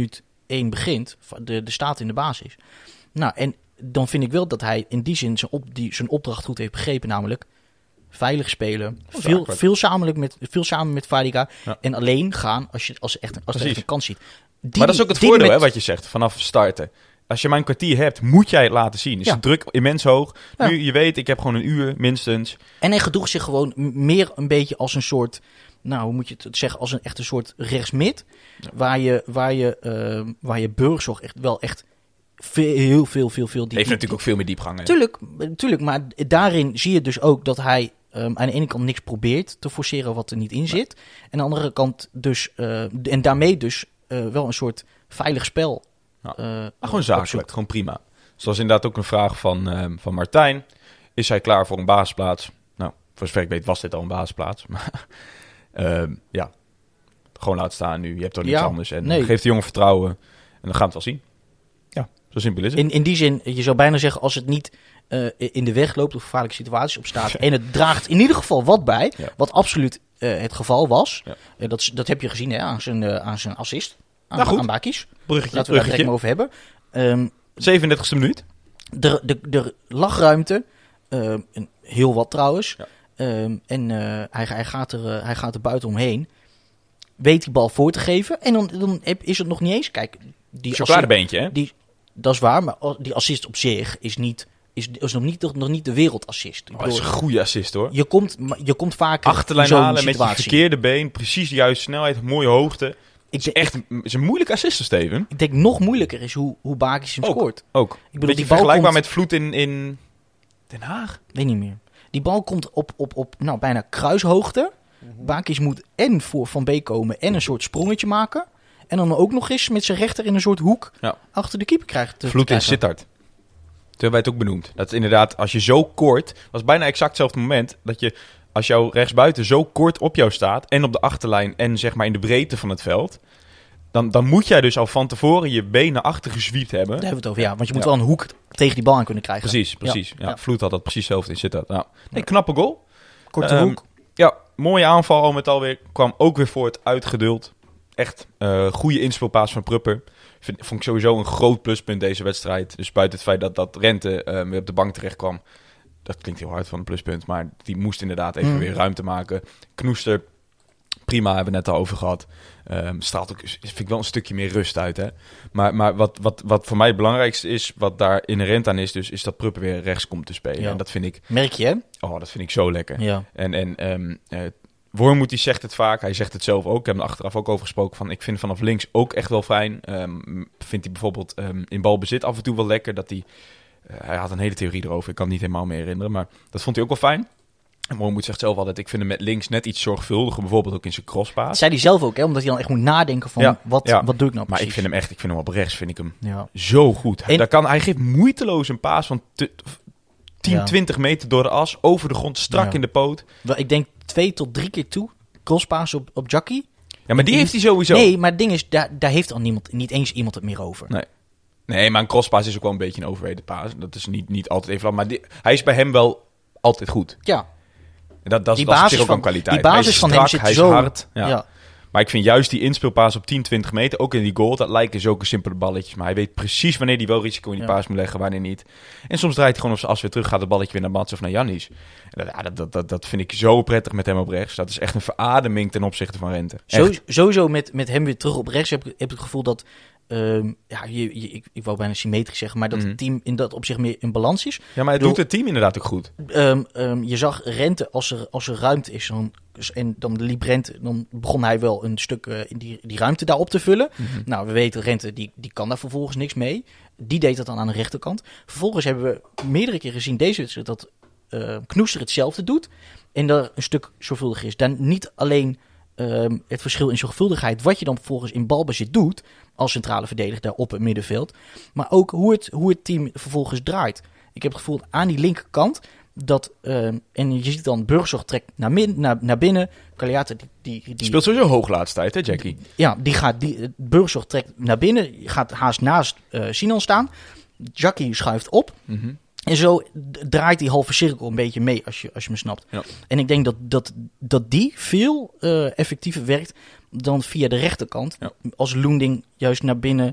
Speaker 4: één begint, de, de staat in de basis. Nou, en dan vind ik wel dat hij in die zin zijn, op, die, zijn opdracht goed heeft begrepen, namelijk veilig spelen, veel, veel, samen met, veel samen met Fadiga ja. en alleen gaan als je als echt, als er echt een kans ziet. Die,
Speaker 5: maar dat is ook het voordeel, met... hè, wat je zegt, vanaf starten. Als je maar een kwartier hebt, moet jij het laten zien. Is ja. de druk immens hoog. Ja. Nu, je weet, ik heb gewoon een uur, minstens.
Speaker 4: En hij gedroeg zich gewoon meer een beetje als een soort, nou, hoe moet je het zeggen, als een echt een soort rechtsmid. Ja. Waar je, waar je, uh, waar je Burgzorg echt wel echt veel, heel veel, veel, veel...
Speaker 5: Die, heeft natuurlijk ook veel meer diepgang.
Speaker 4: Tuurlijk, tuurlijk, maar daarin zie je dus ook dat hij um, aan de ene kant niks probeert te forceren wat er niet in zit. Ja. En aan de andere kant dus, uh, en daarmee dus uh, wel een soort veilig spel.
Speaker 5: Ja. Uh, gewoon zakelijk, gewoon prima. Zoals inderdaad ook een vraag van, uh, van Martijn. Is hij klaar voor een basisplaats? Nou, voor zover ik weet was dit al een basisplaats. Maar uh, ja, gewoon laat staan nu. Je hebt toch niets ja, anders. En nee. geef de jongen vertrouwen. En dan gaan we het wel zien. Ja, zo simpel is het.
Speaker 4: In, in die zin, je zou bijna zeggen, als het niet uh, in de weg loopt of gevaarlijke situaties opstaat. En het draagt in ieder geval wat bij. Ja. Wat absoluut uh, het geval was. Ja. Uh, dat, dat heb je gezien hè, aan, zijn, uh, aan zijn assist. Aan,
Speaker 5: nou goed.
Speaker 4: aan Bakis.
Speaker 5: Bruggetje,
Speaker 4: Laten we daar direct maar over hebben. Um,
Speaker 5: zevenendertigste minuut.
Speaker 4: De, de, de lagruimte. Uh, heel wat trouwens. Ja. Um, en uh, hij, hij, gaat er, uh, hij gaat er buiten omheen. Weet die bal voor te geven. En dan, dan is het nog niet eens. Kijk, die
Speaker 5: chocoladebeentje, hè?
Speaker 4: Die, dat is waar, maar die assist op zich is niet... Is, is nog, niet, nog niet de wereldassist.
Speaker 5: Oh, dat is een goede assist, hoor.
Speaker 4: Je komt, je komt vaker
Speaker 5: achterlijn halen met je verkeerde been. Precies de juiste snelheid, mooie hoogte. Het is echt een, is een moeilijke assist, Steven.
Speaker 4: Ik denk nog moeilijker is hoe, hoe Bakis hem
Speaker 5: ook,
Speaker 4: scoort.
Speaker 5: Ook. Ik bedoel, die bal vergelijkbaar komt, met Vloed in, in Den Haag?
Speaker 4: Weet niet meer. Die bal komt op, op, op nou, bijna kruishoogte. Mm-hmm. Bakis moet en voor Van Beek komen en een soort sprongetje maken. En dan ook nog eens met zijn rechter in een soort hoek ja. achter de keeper krijgt. Te,
Speaker 5: Vloed
Speaker 4: te
Speaker 5: in Sittard. Toen hebben wij het ook benoemd. Dat is inderdaad, als je zo kort... was bijna exact hetzelfde moment dat je... Als jouw rechtsbuiten zo kort op jou staat... en op de achterlijn en zeg maar in de breedte van het veld... dan, dan moet jij dus al van tevoren je been naar achter gezwiept hebben.
Speaker 4: Daar hebben we het over, ja. Want je moet ja. wel een hoek tegen die bal aan kunnen krijgen.
Speaker 5: Precies, precies. Ja. Ja, Vloed had dat precies hetzelfde in zitten. Nou, nee, knappe goal.
Speaker 4: Korte
Speaker 5: um,
Speaker 4: hoek.
Speaker 5: Ja, mooie aanval al met alweer. Kwam ook weer voort, uitgeduld. Echt uh, goede inspeelpaas van Prupper. Vind, vond ik sowieso een groot pluspunt deze wedstrijd. Dus buiten het feit dat, dat Rente uh, weer op de bank terecht kwam. Dat klinkt heel hard van een pluspunt. Maar die moest inderdaad even mm. weer ruimte maken. Knoester, prima, hebben we net al over gehad. Um, straalt ook, vind ik wel een stukje meer rust uit. Hè? Maar, maar wat, wat, wat voor mij het belangrijkste is, wat daar inherent aan is, dus, is dat Prupper weer rechts komt te spelen.
Speaker 4: Ja.
Speaker 5: En dat vind ik...
Speaker 4: Merk je, hè?
Speaker 5: Oh, dat vind ik zo lekker.
Speaker 4: Ja.
Speaker 5: En, en um, uh, Wormoed die zegt het vaak, hij zegt het zelf ook. Ik heb er achteraf ook over gesproken van, ik vind vanaf links ook echt wel fijn. Um, vindt hij bijvoorbeeld um, in balbezit af en toe wel lekker, dat hij... Uh, hij had een hele theorie erover, ik kan het niet helemaal meer herinneren, maar dat vond hij ook wel fijn. En Wormoed zegt zelf altijd, ik vind hem met links net iets zorgvuldiger, bijvoorbeeld ook in zijn crosspaas.
Speaker 4: Dat zei hij zelf ook, hè? Omdat hij dan echt moet nadenken van, ja, wat, ja. wat doe ik nou precies?
Speaker 5: Maar ik vind hem echt, ik vind hem op rechts, vind ik hem
Speaker 4: ja.
Speaker 5: zo goed.
Speaker 4: En...
Speaker 5: Daar kan, hij geeft moeiteloos een paas van te, tien, ja. twintig meter door de as, over de grond, strak ja. in de poot.
Speaker 4: Wel, ik denk twee tot drie keer toe, crosspaas op, op Jackie.
Speaker 5: Ja, maar die
Speaker 4: en
Speaker 5: heeft hij sowieso.
Speaker 4: Nee, maar het ding is, daar, daar heeft al niemand, niet eens iemand het meer over.
Speaker 5: Nee. Nee, maar een crosspaas is ook wel een beetje een overrated paas. Dat is niet, niet altijd even lang. Maar die, hij is bij hem wel altijd goed.
Speaker 4: Ja.
Speaker 5: En dat, dat,
Speaker 4: die
Speaker 5: dat
Speaker 4: basis
Speaker 5: is ook
Speaker 4: van,
Speaker 5: een kwaliteit.
Speaker 4: Die basis
Speaker 5: hij is
Speaker 4: van
Speaker 5: strak,
Speaker 4: hem zit
Speaker 5: hij is
Speaker 4: zo...
Speaker 5: hard. Ja.
Speaker 4: Ja.
Speaker 5: Maar ik vind juist die inspeelpaas op tien, twintig meter, ook in die goal, dat lijken zulke simpele balletjes. Maar hij weet precies wanneer hij wel risico in die ja. paas moet leggen, wanneer niet. En soms draait hij gewoon op zijn as weer terug, gaat het balletje weer naar Mats of naar Jannis. En dat, ja, dat, dat, dat vind ik zo prettig met hem op rechts. Dat is echt een verademing ten opzichte van Rente.
Speaker 4: Zo, sowieso met, met hem weer terug op rechts heb ik heb het gevoel dat... Um, ja, je, je, ik, ik wou bijna symmetrisch zeggen, maar dat mm. het team in dat opzicht meer in balans is.
Speaker 5: Ja, maar het
Speaker 4: Door,
Speaker 5: doet het team inderdaad ook goed.
Speaker 4: Um, um, je zag Rente, als er, als er ruimte is, dan, en dan liep Rente, dan begon hij wel een stuk uh, in die, die ruimte daar op te vullen. Mm-hmm. Nou, we weten, Rente, die, die kan daar vervolgens niks mee. Die deed dat dan aan de rechterkant. Vervolgens hebben we meerdere keren gezien deze wedstrijd dat uh, Knoester hetzelfde doet. En dat een stuk zorgvuldiger is. Dan niet alleen um, het verschil in zorgvuldigheid, wat je dan vervolgens in balbezit doet, als centrale verdediger daar op het middenveld. Maar ook hoe het, hoe het team vervolgens draait. Ik heb het gevoel aan die linkerkant dat... Uh, en je ziet dan Burgzorg trekt naar, min, naar, naar binnen. Kaliata die, die, die...
Speaker 5: speelt sowieso hoog laatste tijd, hè Jackie?
Speaker 4: Die, ja, die gaat... Die, Burgzorg trekt naar binnen. Gaat haast naast uh, Sinan staan. Jackie schuift op.
Speaker 5: Mm-hmm.
Speaker 4: En zo draait die halve cirkel een beetje mee, als je, als je me snapt.
Speaker 5: Ja.
Speaker 4: En ik denk dat, dat, dat die veel uh, effectiever werkt dan via de rechterkant. Ja. Als Loending juist naar binnen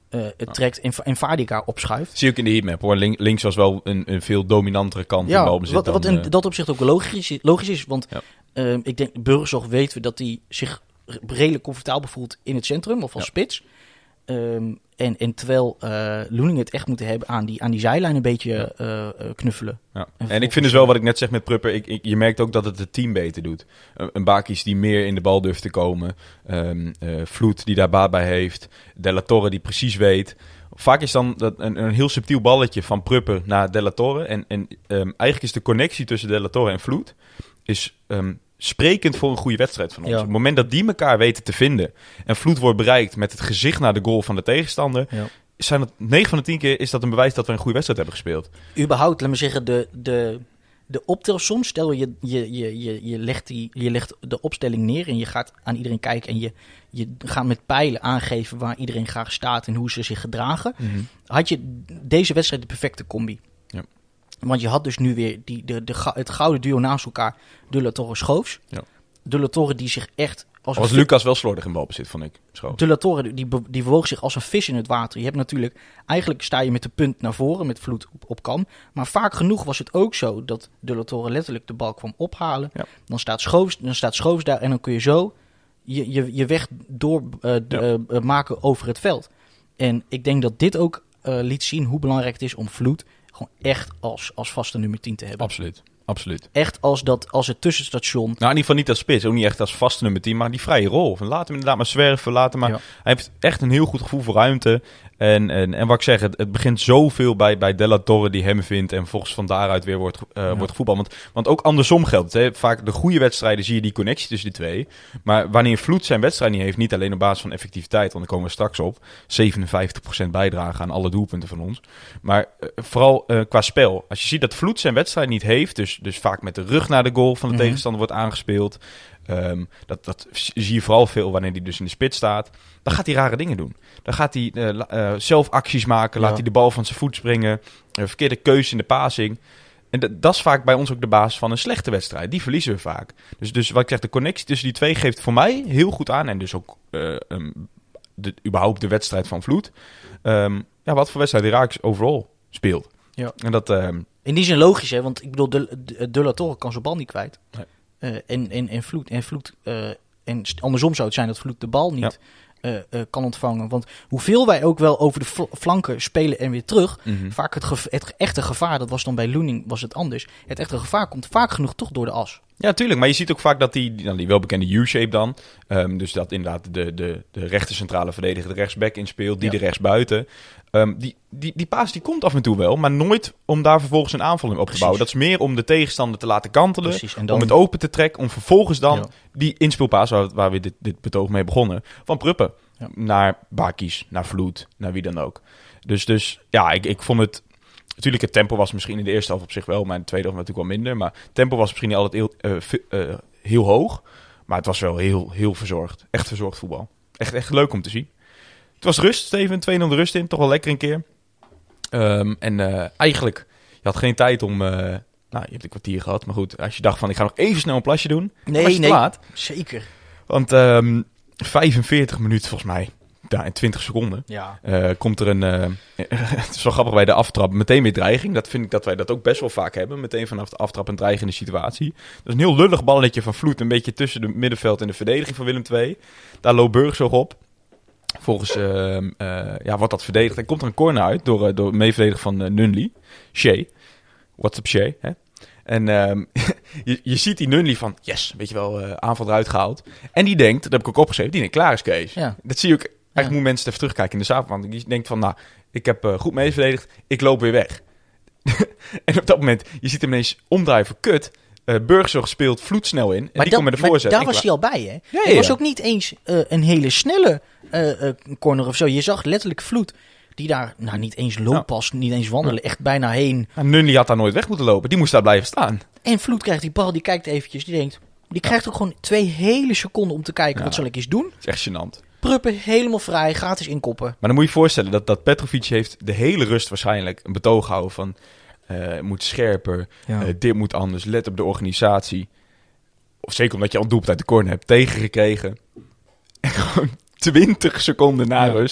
Speaker 4: uh, het trekt en, en Vardica opschuift.
Speaker 5: Zie je ook in de heatmap hoor. Link, links was wel een, een veel dominantere kant
Speaker 4: Ja,
Speaker 5: in balbezit
Speaker 4: wat,
Speaker 5: dan,
Speaker 4: wat in
Speaker 5: uh,
Speaker 4: dat opzicht ook logisch, logisch is. Want
Speaker 5: Ja.
Speaker 4: uh, ik denk, Burgzorg weten we dat hij zich redelijk comfortabel voelt in het centrum of als
Speaker 5: Ja.
Speaker 4: spits. Um, en, en terwijl uh, Loening het echt moeten hebben aan die, aan die zijlijn een beetje uh, uh, knuffelen.
Speaker 5: Ja.
Speaker 4: En
Speaker 5: En ik vind dus wel wat ik net zeg met Prupper. Ik, ik, je merkt ook dat het het team beter doet. Een, een Bakis die meer in de bal durft te komen. Um, uh, Vloed die daar baat bij heeft. De La Torre die precies weet. Vaak is dan dat een, een heel subtiel balletje van Prupper naar De La Torre. En, en um, eigenlijk is de connectie tussen De La Torre en Vloed is um, sprekend voor een goede wedstrijd van ons.
Speaker 4: Ja.
Speaker 5: Op het moment dat die elkaar weten te vinden en Vloed wordt bereikt met het gezicht naar de goal van de tegenstander,
Speaker 4: Ja.
Speaker 5: zijn het negen van de tien keer is dat een bewijs dat we een goede wedstrijd hebben gespeeld.
Speaker 4: Überhaupt, laat me zeggen, de, de, de optelsom. Stel je, je, je, je, je, legt die, je legt de opstelling neer en je gaat aan iedereen kijken en je, je gaat met pijlen aangeven waar iedereen graag staat en hoe ze zich gedragen.
Speaker 5: Mm-hmm.
Speaker 4: Had je deze wedstrijd de perfecte combi.
Speaker 5: Ja.
Speaker 4: Want je had dus nu weer die, de, de, ga- het gouden duo naast elkaar. De La Torre Schoofs.
Speaker 5: Ja.
Speaker 4: De La Torre die zich echt... Als
Speaker 5: Al was
Speaker 4: een
Speaker 5: Lucas wel slordig in balbezit, vond ik. Schoon.
Speaker 4: De La Torre die, be- die bewoog zich als een vis in het water. Je hebt natuurlijk... Eigenlijk sta je met de punt naar voren, met Vloed op, op kam. Maar vaak genoeg was het ook zo dat De La Torre letterlijk de bal kwam ophalen.
Speaker 5: Ja.
Speaker 4: Dan staat Schoofs, dan staat Schoofs daar en dan kun je zo je, je, je weg door uh, d-
Speaker 5: Ja.
Speaker 4: uh, uh, maken over het veld. En ik denk dat dit ook uh, liet zien hoe belangrijk het is om Vloed gewoon echt als, als vaste nummer tien te hebben.
Speaker 5: Absoluut, absoluut.
Speaker 4: Echt als, dat, als het tussenstation.
Speaker 5: Nou, in ieder geval niet als spits, ook niet echt als vaste nummer tien, maar die vrije rol. Van laat hem inderdaad maar zwerven, laat hem maar...
Speaker 4: Ja.
Speaker 5: Hij heeft echt een heel goed gevoel voor ruimte. En, en, en wat ik zeg, het, het begint zoveel bij, bij De La Torre die hem vindt en volgens van daaruit weer wordt, uh,
Speaker 4: Ja.
Speaker 5: wordt gevoetbald. Want, want ook andersom geldt het. Hè. Vaak de goede wedstrijden zie je die connectie tussen die twee. Maar wanneer Vloed zijn wedstrijd niet heeft, niet alleen op basis van effectiviteit, want daar komen we straks op, zevenenvijftig procent bijdragen aan alle doelpunten van ons. Maar uh, vooral uh, qua spel. Als je ziet dat Vloed zijn wedstrijd niet heeft, dus, dus vaak met de rug naar de goal van de
Speaker 4: Mhm.
Speaker 5: tegenstander wordt aangespeeld. Um, dat, dat zie je vooral veel wanneer hij dus in de spits staat. Dan gaat hij rare dingen doen. Dan gaat hij uh, uh, zelf acties maken. Laat
Speaker 4: Ja.
Speaker 5: hij de bal van zijn voet springen. Uh, verkeerde keuze in de passing. En dat, dat is vaak bij ons ook de basis van een slechte wedstrijd. Die verliezen we vaak. Dus, dus wat ik zeg, de connectie tussen die twee geeft voor mij heel goed aan. En dus ook uh, um, de, überhaupt de wedstrijd van Vloed. Um, ja, wat voor wedstrijd Heracles overal speelt.
Speaker 4: Ja.
Speaker 5: En dat... Um,
Speaker 4: In die zin logisch, hè? Want ik bedoel, De, de, de La Torre kan zijn bal niet kwijt.
Speaker 5: Nee.
Speaker 4: Uh, en, en, en Vloed, en Vloed uh, en st- andersom zou het zijn dat Vloed de bal niet uh, uh, kan ontvangen. Want hoeveel wij ook wel over de fl- flanken spelen en weer terug,
Speaker 5: mm-hmm.
Speaker 4: vaak het, geva- het echte gevaar, dat was dan bij Loening, was het anders. Het echte gevaar komt vaak genoeg toch door de as.
Speaker 5: Ja, tuurlijk. Maar je ziet ook vaak dat die, die, die welbekende U-shape dan... Um, dus dat inderdaad de, de, de rechter centrale verdediger de rechtsback inspeelt, die
Speaker 4: Ja.
Speaker 5: de rechtsbuiten. Um, die, die, die paas die komt af en toe wel, maar nooit om daar vervolgens een aanval in op te
Speaker 4: Precies.
Speaker 5: bouwen. Dat is meer om de tegenstander te laten kantelen,
Speaker 4: Precies, en dan-
Speaker 5: om het open te trekken, om vervolgens dan
Speaker 4: Ja.
Speaker 5: die inspeelpaas, waar, waar we dit, dit betoog mee begonnen, van Pruppen
Speaker 4: Ja.
Speaker 5: naar Bakis, naar Vloed, naar wie dan ook. Dus, dus ja, ik, ik vond het... Natuurlijk, het tempo was misschien in de eerste helft op zich wel, maar in de tweede helft natuurlijk wel minder. Maar het tempo was misschien niet altijd heel, uh, v- uh, heel hoog. Maar het was wel heel, heel verzorgd. Echt verzorgd voetbal. Echt, echt leuk om te zien. Het was rust, Steven. twee nul de rust in. Toch wel lekker een keer. Um, en uh, eigenlijk, je had geen tijd om... Uh, nou, je hebt een kwartier gehad. Maar goed, als je dacht van, ik ga nog even snel een plasje doen. dan was
Speaker 4: Nee,
Speaker 5: je
Speaker 4: nee,
Speaker 5: te laat.
Speaker 4: zeker.
Speaker 5: Want um, vijfenveertig minuten volgens mij. Ja, in twintig seconden.
Speaker 4: Ja.
Speaker 5: Uh, komt er een... Uh, het is wel grappig bij de aftrap. Meteen weer dreiging. Dat vind ik dat wij dat ook best wel vaak hebben. Meteen vanaf de aftrap een dreigende situatie. Dat is een heel lullig balletje van Vloed. Een beetje tussen de middenveld en de verdediging van Willem twee. Daar loopt Burgzorg op. Volgens uh, uh, ja, wordt dat verdedigd. En komt er een corner uit door, uh, door meeverdediger van uh, Nunley. Shea. What's up Shea? Hè? En um, je, je ziet die Nunley van... Yes, weet je wel, uh, aanval eruit gehaald. En die denkt, dat heb ik ook opgeschreven. Die denkt, klaar is Kees.
Speaker 4: Ja.
Speaker 5: Dat zie je ook... Eigenlijk
Speaker 4: Ja.
Speaker 5: moeten mensen even terugkijken in de samenvatting. Die denkt van, nou, ik heb uh, goed mee verdedigd. Ik loop weer weg. En op dat moment, je ziet hem ineens omdraaien voor kut. Uh, Burgzorg speelt Vloed snel in. En
Speaker 4: Maar
Speaker 5: die
Speaker 4: dat-
Speaker 5: komt met de
Speaker 4: maar
Speaker 5: voorzet.
Speaker 4: daar
Speaker 5: Ik
Speaker 4: was
Speaker 5: la-
Speaker 4: hij al bij, hè?
Speaker 5: Ja,
Speaker 4: Het
Speaker 5: ja,
Speaker 4: was
Speaker 5: ja.
Speaker 4: ook niet eens uh, een hele snelle uh, uh, corner of zo. Je zag letterlijk Vloed die daar nou, niet eens looppas, niet eens wandelen, echt bijna heen.
Speaker 5: Nou, Nunley had daar nooit weg moeten lopen. Die moest daar blijven staan.
Speaker 4: En Vloed krijgt die bal, die kijkt eventjes, die denkt... Die krijgt ook gewoon twee hele seconden om te kijken,
Speaker 5: Ja.
Speaker 4: wat zal ik eens doen?
Speaker 5: Dat is echt gênant.
Speaker 4: Pruppen helemaal vrij, gratis inkoppen.
Speaker 5: Maar dan moet je je voorstellen dat, dat Petrovic heeft de hele rust waarschijnlijk een betoog houden van... Uh, moet scherper,
Speaker 4: Ja.
Speaker 5: uh, dit moet anders, let op de organisatie. Of zeker omdat je al een doelpunt uit de corner hebt tegengekregen. En gewoon twintig seconden na
Speaker 4: Ja.
Speaker 5: rust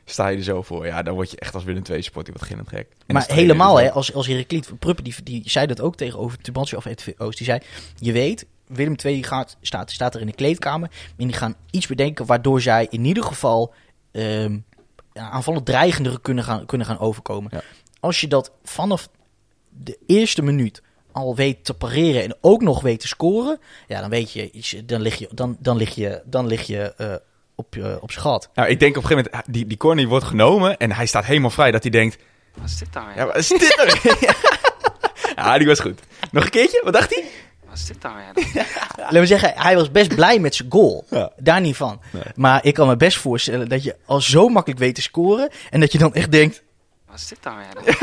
Speaker 5: sta je er zo voor. Ja, dan word je echt als Willem twee supporter wat gillend gek. En
Speaker 4: Maar
Speaker 5: dan sta je
Speaker 4: helemaal,
Speaker 5: er
Speaker 4: hè,
Speaker 5: zo.
Speaker 4: als, als Heracliet Pruppen, die, die zei dat ook tegenover Tubantia of F V Oost. Die zei, je weet, Willem twee die gaat, staat, staat er in de kleedkamer. En die gaan iets bedenken waardoor zij in ieder geval um, ja, aanvallend dreigendere kunnen gaan, kunnen gaan overkomen.
Speaker 5: Ja.
Speaker 4: Als je dat vanaf de eerste minuut al weet te pareren en ook nog weet te scoren, ja, dan weet je, dan lig je, dan, dan lig je, dan lig je uh, op, uh, op zijn gat.
Speaker 5: Nou, ik denk op een gegeven moment, die, die corner die wordt genomen en hij staat helemaal vrij dat hij denkt...
Speaker 8: Wat is dit dan weer?
Speaker 5: Ja, wat is dit dan weer? Ja, die was goed. Nog een keertje, wat dacht hij?
Speaker 8: Wat is dit dan weer?
Speaker 4: Laten we zeggen, hij was best blij met zijn goal.
Speaker 5: Ja.
Speaker 4: Daar niet van.
Speaker 5: Nee.
Speaker 4: Maar ik kan me best voorstellen dat je al zo makkelijk weet te scoren. En dat je dan echt denkt...
Speaker 8: Wat is dit dan weer?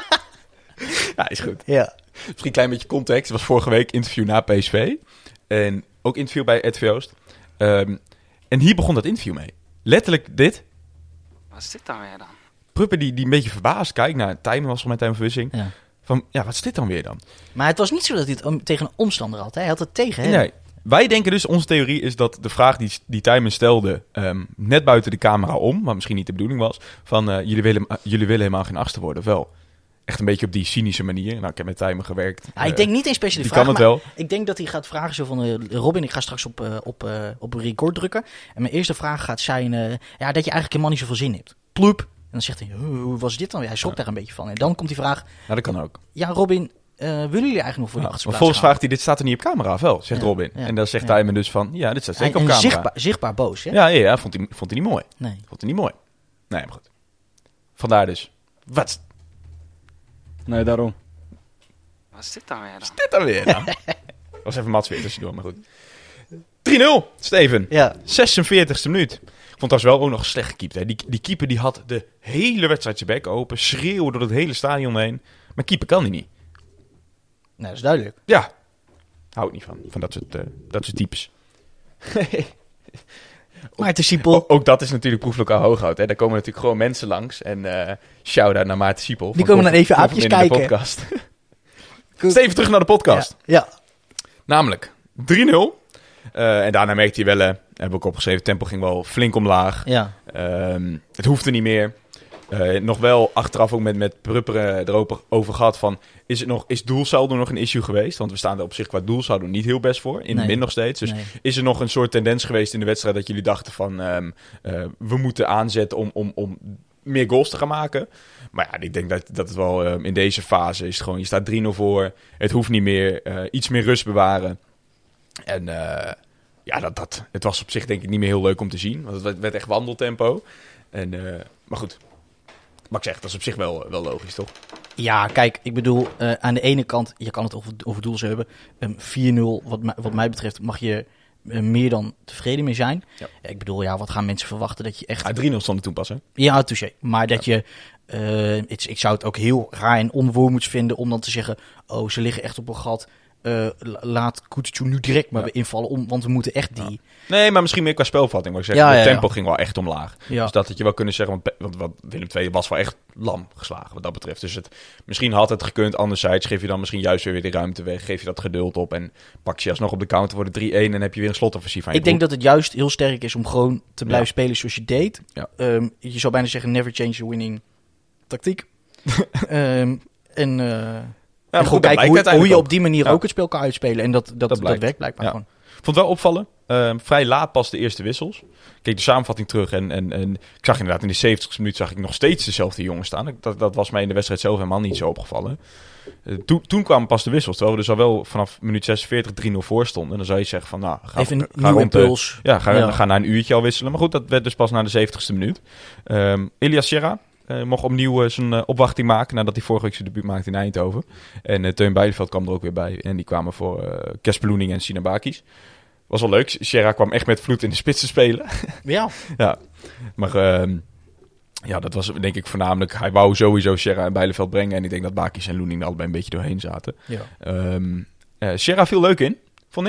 Speaker 5: Ja, is goed.
Speaker 4: Ja,
Speaker 5: Misschien een klein beetje context. Het was vorige week interview na P S V. En ook interview bij Ed V Oost. Um, en hier begon dat interview mee. Letterlijk dit.
Speaker 8: Wat is dit dan weer dan?
Speaker 5: Pruppen die, die een beetje verbaasd kijkt naar Tijmen, was volgens mij Tijmen Verwissing.
Speaker 4: ja.
Speaker 5: Van, ja, wat is dit dan weer dan?
Speaker 4: Maar het was niet zo dat hij het om- tegen een omstander had. Hè? Hij had het tegen hem.
Speaker 5: Nee. Wij denken dus, onze theorie is dat de vraag die, die Tijmen stelde, um, net buiten de camera om, wat misschien niet de bedoeling was, van uh, jullie, willen, uh, jullie willen helemaal geen achtste worden, of wel? Echt een beetje op die cynische manier. Nou, ik heb met Tijmen gewerkt.
Speaker 4: Ja, ik
Speaker 5: Uh,
Speaker 4: denk niet eens per se de
Speaker 5: die
Speaker 4: vraag,
Speaker 5: kan het
Speaker 4: maar
Speaker 5: wel.
Speaker 4: ik denk dat hij gaat vragen zo van... Uh, Robin, ik ga straks op, uh, op, uh, op een record drukken. En mijn eerste vraag gaat zijn... Uh, ja, dat je eigenlijk helemaal niet zoveel zin hebt. Ploep. En dan zegt hij, "Huh, hoe was dit dan weer? Hij schrok
Speaker 5: Ja.
Speaker 4: daar een beetje van. En dan komt die vraag...
Speaker 5: Nou, dat kan ook.
Speaker 4: Ja, Robin, uh, willen jullie eigenlijk nog voor
Speaker 5: Ja,
Speaker 4: de achtste
Speaker 5: maar
Speaker 4: plaats
Speaker 5: volgens
Speaker 4: gaan?
Speaker 5: vraagt hij, dit staat er niet op camera, of wel? Zegt
Speaker 4: Ja,
Speaker 5: Robin.
Speaker 4: ja,
Speaker 5: En dan zegt
Speaker 4: ja.
Speaker 5: Tijmen dus van, ja, dit staat
Speaker 4: Hij,
Speaker 5: zeker op
Speaker 4: en
Speaker 5: camera.
Speaker 4: zichtbaar, zichtbaar boos, hè?
Speaker 5: Ja, ja, ja, vond hij, vond hij niet mooi.
Speaker 4: Nee.
Speaker 5: Vond hij niet mooi. Nee, maar goed. Vandaar dus. Wat
Speaker 6: Nee, daarom.
Speaker 8: Wat is dit dan weer dan?
Speaker 5: is dit dan weer? Nou, was even Mats weer tussendoor, maar goed. drie nul, Steven.
Speaker 4: Ja.
Speaker 5: zesenveertigste minuut. Ik vond dat wel ook nog slecht gekiept. Hè. Die, die keeper die had de hele wedstrijd zijn bek open. Schreeuwen door het hele stadion heen. Maar keeper kan hij niet.
Speaker 4: Nou, dat is duidelijk.
Speaker 5: Ja. Hou ik niet van. Van dat soort, uh, dat soort types.
Speaker 4: Maarten Siepel.
Speaker 5: Ook, ook dat is natuurlijk proeflokaal Hooghout. Hè. Daar komen natuurlijk gewoon mensen langs. En uh, shout-out naar Maarten Siepel.
Speaker 4: Die
Speaker 5: van
Speaker 4: komen dan
Speaker 5: Koffie-
Speaker 4: even
Speaker 5: Koffie
Speaker 4: aapjes
Speaker 5: in de
Speaker 4: kijken.
Speaker 5: podcast. Steven, terug naar de podcast.
Speaker 4: Ja. ja.
Speaker 5: Namelijk drie nul. Uh, en daarna merkte hij wel, uh, heb ik opgeschreven, tempo ging wel flink omlaag.
Speaker 4: Ja.
Speaker 5: Um, het hoefde niet meer. Uh, nog wel achteraf ook met, met Prupperen erover over gehad van... Is, het nog, is doelsaldo nog een issue geweest? Want we staan er op zich qua doelsaldo niet heel best voor. In
Speaker 4: Nee.
Speaker 5: het min nog steeds. Dus
Speaker 4: Nee.
Speaker 5: is er nog een soort tendens geweest in de wedstrijd... dat jullie dachten van... Um, uh, we moeten aanzetten om, om, om meer goals te gaan maken? Maar ja, ik denk dat, dat het wel um, in deze fase is het gewoon... Je staat drie nul voor. Het hoeft niet meer. Uh, iets meer rust bewaren. En... Uh, Ja, dat, dat, het was op zich denk ik niet meer heel leuk om te zien. Want het werd, werd echt wandeltempo. En, uh, maar goed, maar ik zeg, dat is op zich wel, wel logisch, toch?
Speaker 4: Ja, kijk, ik bedoel, uh, aan de ene kant, je kan het over, over doels hebben. Um, vier nul, wat, mij- wat mij betreft, mag je uh, meer dan tevreden mee zijn.
Speaker 5: Ja.
Speaker 4: Ik bedoel, ja, wat gaan mensen verwachten dat je echt...
Speaker 5: Ja, drie nul stond er toen pas, hè?
Speaker 4: Ja, touché. Maar dat je... Uh, het, ik zou het ook heel raar en onwoormoeds vinden om dan te zeggen... Oh, ze liggen echt op een gat. Uh, la- laat Kutsu nu direct maar
Speaker 5: Ja.
Speaker 4: weer invallen. Om, want we moeten echt die...
Speaker 5: Nee, maar misschien meer qua spelvatting. Maar ik zeg,
Speaker 4: Ja,
Speaker 5: het
Speaker 4: ja, ja.
Speaker 5: tempo ging wel echt omlaag.
Speaker 4: Ja.
Speaker 5: Dus dat had je wel kunnen zeggen. Want, want, want Willem twee was wel echt lam geslagen wat dat betreft. Dus het, misschien had het gekund. Anderzijds geef je dan misschien juist weer de ruimte weg. Geef je dat geduld op. En pak je alsnog op de counter voor de drie één. En heb je weer een slotoffensief aan je
Speaker 4: Ik denk
Speaker 5: broek.
Speaker 4: dat het juist heel sterk is om gewoon te blijven
Speaker 5: Ja.
Speaker 4: spelen zoals je deed.
Speaker 5: Ja.
Speaker 4: Um, je zou bijna zeggen, never change your winning tactiek. um, en... Uh,
Speaker 5: Ja,
Speaker 4: en
Speaker 5: maar
Speaker 4: gewoon
Speaker 5: goed, dat
Speaker 4: kijken hoe,
Speaker 5: blijkt
Speaker 4: hoe je
Speaker 5: uiteindelijk
Speaker 4: op die manier
Speaker 5: Ja.
Speaker 4: ook het spel kan uitspelen. En dat, dat, dat,
Speaker 5: blijkt.
Speaker 4: werkt blijkbaar
Speaker 5: Ja.
Speaker 4: gewoon.
Speaker 5: Ik vond het wel opvallen. Uh, vrij laat pas de eerste wissels. Ik keek de samenvatting terug en, en, en ik zag inderdaad in de zeventigste minuut zag ik nog steeds dezelfde jongen staan. Ik- Dat, dat was mij in de wedstrijd zelf helemaal niet zo opgevallen. Uh, toen, toen kwamen pas de wissels, terwijl we dus al wel vanaf minuut zesenveertig drie nul voor stonden. En dan zou je zeggen van, nou, ga,
Speaker 4: Even een
Speaker 5: ga
Speaker 4: nieuwe
Speaker 5: rond de,
Speaker 4: impuls.
Speaker 5: ja, ga,
Speaker 4: Ja.
Speaker 5: ga na een uurtje al wisselen. Maar goed, dat werd dus pas na de zeventigste minuut. Um, Elias Serra uh, mocht opnieuw uh, zijn uh, opwachting maken nadat hij vorige week zijn debuut maakte in Eindhoven. En uh, Teun Bijleveld kwam er ook weer bij. En die kwamen voor uh, Kespeloening en Sinabakis. Was wel leuk. Serra kwam echt met vloed in de spits te spelen.
Speaker 4: Ja.
Speaker 5: Ja, maar uh, ja, dat was denk ik voornamelijk... Hij wou sowieso Serra en Bijleveld brengen. En ik denk dat Bakis en Loening er allebei een beetje doorheen zaten.
Speaker 4: Ja.
Speaker 5: Um, uh, Serra viel leuk in, vond ik.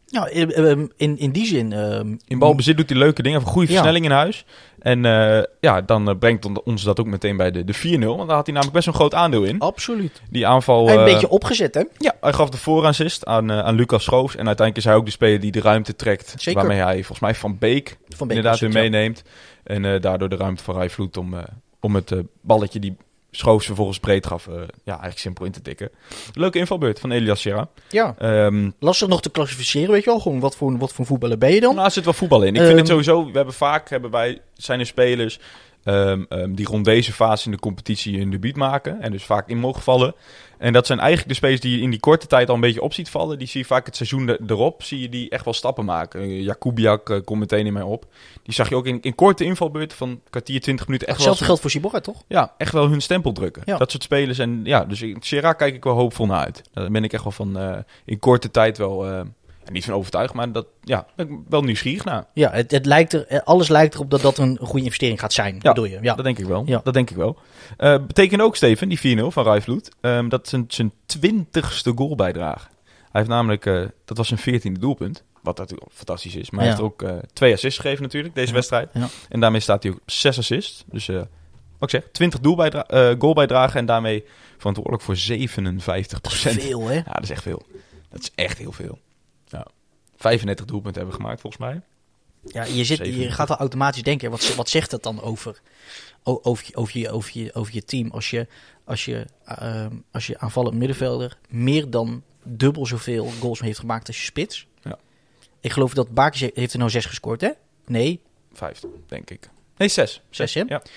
Speaker 4: Nou, in, in, in die zin... Um,
Speaker 5: in balbezit doet hij leuke dingen. Een goede
Speaker 4: Ja.
Speaker 5: versnelling in huis. En uh, ja, dan uh, brengt ons dat ook meteen bij de, de vier nul. Want daar had hij namelijk best een groot aandeel in.
Speaker 4: Absoluut.
Speaker 5: Die aanval...
Speaker 4: En een
Speaker 5: uh,
Speaker 4: beetje opgezet, hè?
Speaker 5: Ja, hij gaf de voorassist aan, uh, aan Lucas Schoofs. En uiteindelijk is hij ook de speler die de ruimte trekt.
Speaker 4: Zeker.
Speaker 5: Waarmee hij volgens mij Van Beek,
Speaker 4: Van Beek
Speaker 5: inderdaad weer
Speaker 4: was het, ja.
Speaker 5: meeneemt. En uh, daardoor de ruimte voor Rai Vloed om, uh, om het uh, balletje die Schoofs vervolgens breed gaf, uh, ja, eigenlijk simpel in te tikken. Leuke invalbeurt van Elias Serra.
Speaker 4: Ja.
Speaker 5: Um,
Speaker 4: Lastig nog te klassificeren, weet je wel. Gewoon, wat voor, wat voor voetballer ben je dan?
Speaker 5: Nou, er zit wel voetbal in. Ik
Speaker 4: Um,
Speaker 5: vind het sowieso... We hebben vaak, hebben wij, zijn er spelers um, um, die rond deze fase in de competitie een debuut maken. En dus vaak in mogen vallen. En dat zijn eigenlijk de spelers die je in die korte tijd al een beetje op ziet vallen. Die zie je vaak het seizoen de, erop, zie je die echt wel stappen maken. Uh, Jakubiak uh, komt meteen in mij op. Die zag je ook in, in korte invalbeurten van kwartier, twintig minuten echt
Speaker 4: Hetzelfde
Speaker 5: wel...
Speaker 4: geldt voor Ciborra, toch?
Speaker 5: Ja, echt wel hun stempel drukken.
Speaker 4: Ja.
Speaker 5: Dat soort spelers. En ja, dus in Serra kijk ik wel hoopvol naar uit. Daar ben ik echt wel van uh, in korte tijd wel... Uh, niet van overtuigd, maar dat, ja, ben ik wel nieuwsgierig naar.
Speaker 4: Ja, het, het lijkt er, alles lijkt erop dat dat een goede investering gaat zijn,
Speaker 5: Ja,
Speaker 4: bedoel je? Ja,
Speaker 5: dat denk ik wel.
Speaker 4: Ja.
Speaker 5: Dat denk ik wel. Uh, betekent ook, Steven, die vier nul van Rai Vloed, um, dat zijn, zijn twintigste goal bijdrage. Hij heeft namelijk, uh, dat was zijn veertiende doelpunt, wat natuurlijk fantastisch is. Maar
Speaker 4: Ja.
Speaker 5: hij heeft ook uh, twee assists gegeven natuurlijk, deze
Speaker 4: Ja.
Speaker 5: wedstrijd.
Speaker 4: Ja.
Speaker 5: En daarmee staat hij ook zes assists. Dus, uh, wat ik zeg, twintig doelbijdra- uh, goalbijdragen en daarmee verantwoordelijk voor zevenenvijftig
Speaker 4: dat is
Speaker 5: procent.
Speaker 4: veel, hè?
Speaker 5: Ja, dat is echt veel. Dat is echt heel veel. Ja. vijfendertig doelpunten hebben we gemaakt, volgens mij.
Speaker 4: Ja, je, zit, je
Speaker 5: zevenenveertig.
Speaker 4: gaat al automatisch denken, wat, wat zegt dat dan over, o- over, je, over, je, over, je, over je team als je, als je, uh, als je aanvallend middenvelder meer dan dubbel zoveel goals heeft gemaakt als je spits?
Speaker 5: Ja.
Speaker 4: Ik geloof dat Bakis he- heeft er nou zes gescoord, hè? Nee,
Speaker 5: Vijf, denk ik. Nee, zes.
Speaker 4: Zes, hè?
Speaker 5: Ja.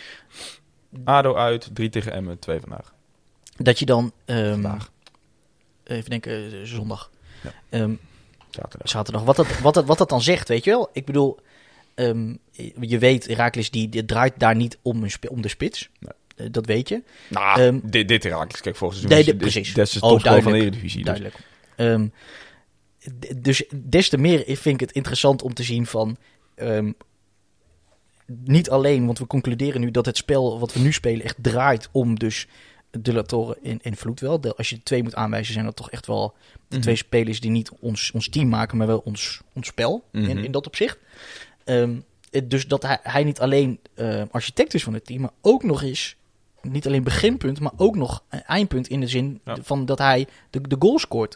Speaker 5: ADO uit, drie tegen Emmen, twee vandaag.
Speaker 4: dat je dan... Um,
Speaker 5: Vandaag.
Speaker 4: Even denken, uh, zondag.
Speaker 5: Ja.
Speaker 4: Um,
Speaker 5: Zaterdag.
Speaker 4: zaterdag. Wat dat, wat, dat, wat dat dan zegt, weet je wel? Ik bedoel, um, je weet, Heracles die, die draait daar niet om, een sp- om de spits.
Speaker 5: Nee.
Speaker 4: Uh, dat weet je.
Speaker 5: Nou,
Speaker 4: Um,
Speaker 5: dit, dit Heracles, kijk, volgens
Speaker 4: Nee,
Speaker 5: seizoen
Speaker 4: dit-
Speaker 5: is,
Speaker 4: precies.
Speaker 5: is, dat is de
Speaker 4: Oh,
Speaker 5: topscorer van de
Speaker 4: duidelijk.
Speaker 5: Eredivisie. Dus.
Speaker 4: Duidelijk. Um, d- dus des te meer vind ik het interessant om te zien van... Um, niet alleen, want we concluderen nu dat het spel wat we nu spelen echt draait om dus De La Torre en, en Vloed wel. De, als je de twee moet aanwijzen, zijn dat toch echt wel de
Speaker 5: Mhm.
Speaker 4: twee spelers die niet ons, ons team maken, maar wel ons, ons spel
Speaker 5: Mhm.
Speaker 4: in, in dat opzicht. Um, het- dus dat hij, hij niet alleen uh, architect is van het team, maar ook nog eens, niet alleen beginpunt, maar ook nog een eindpunt in de zin
Speaker 5: Ja.
Speaker 4: van dat hij de, de goal scoort.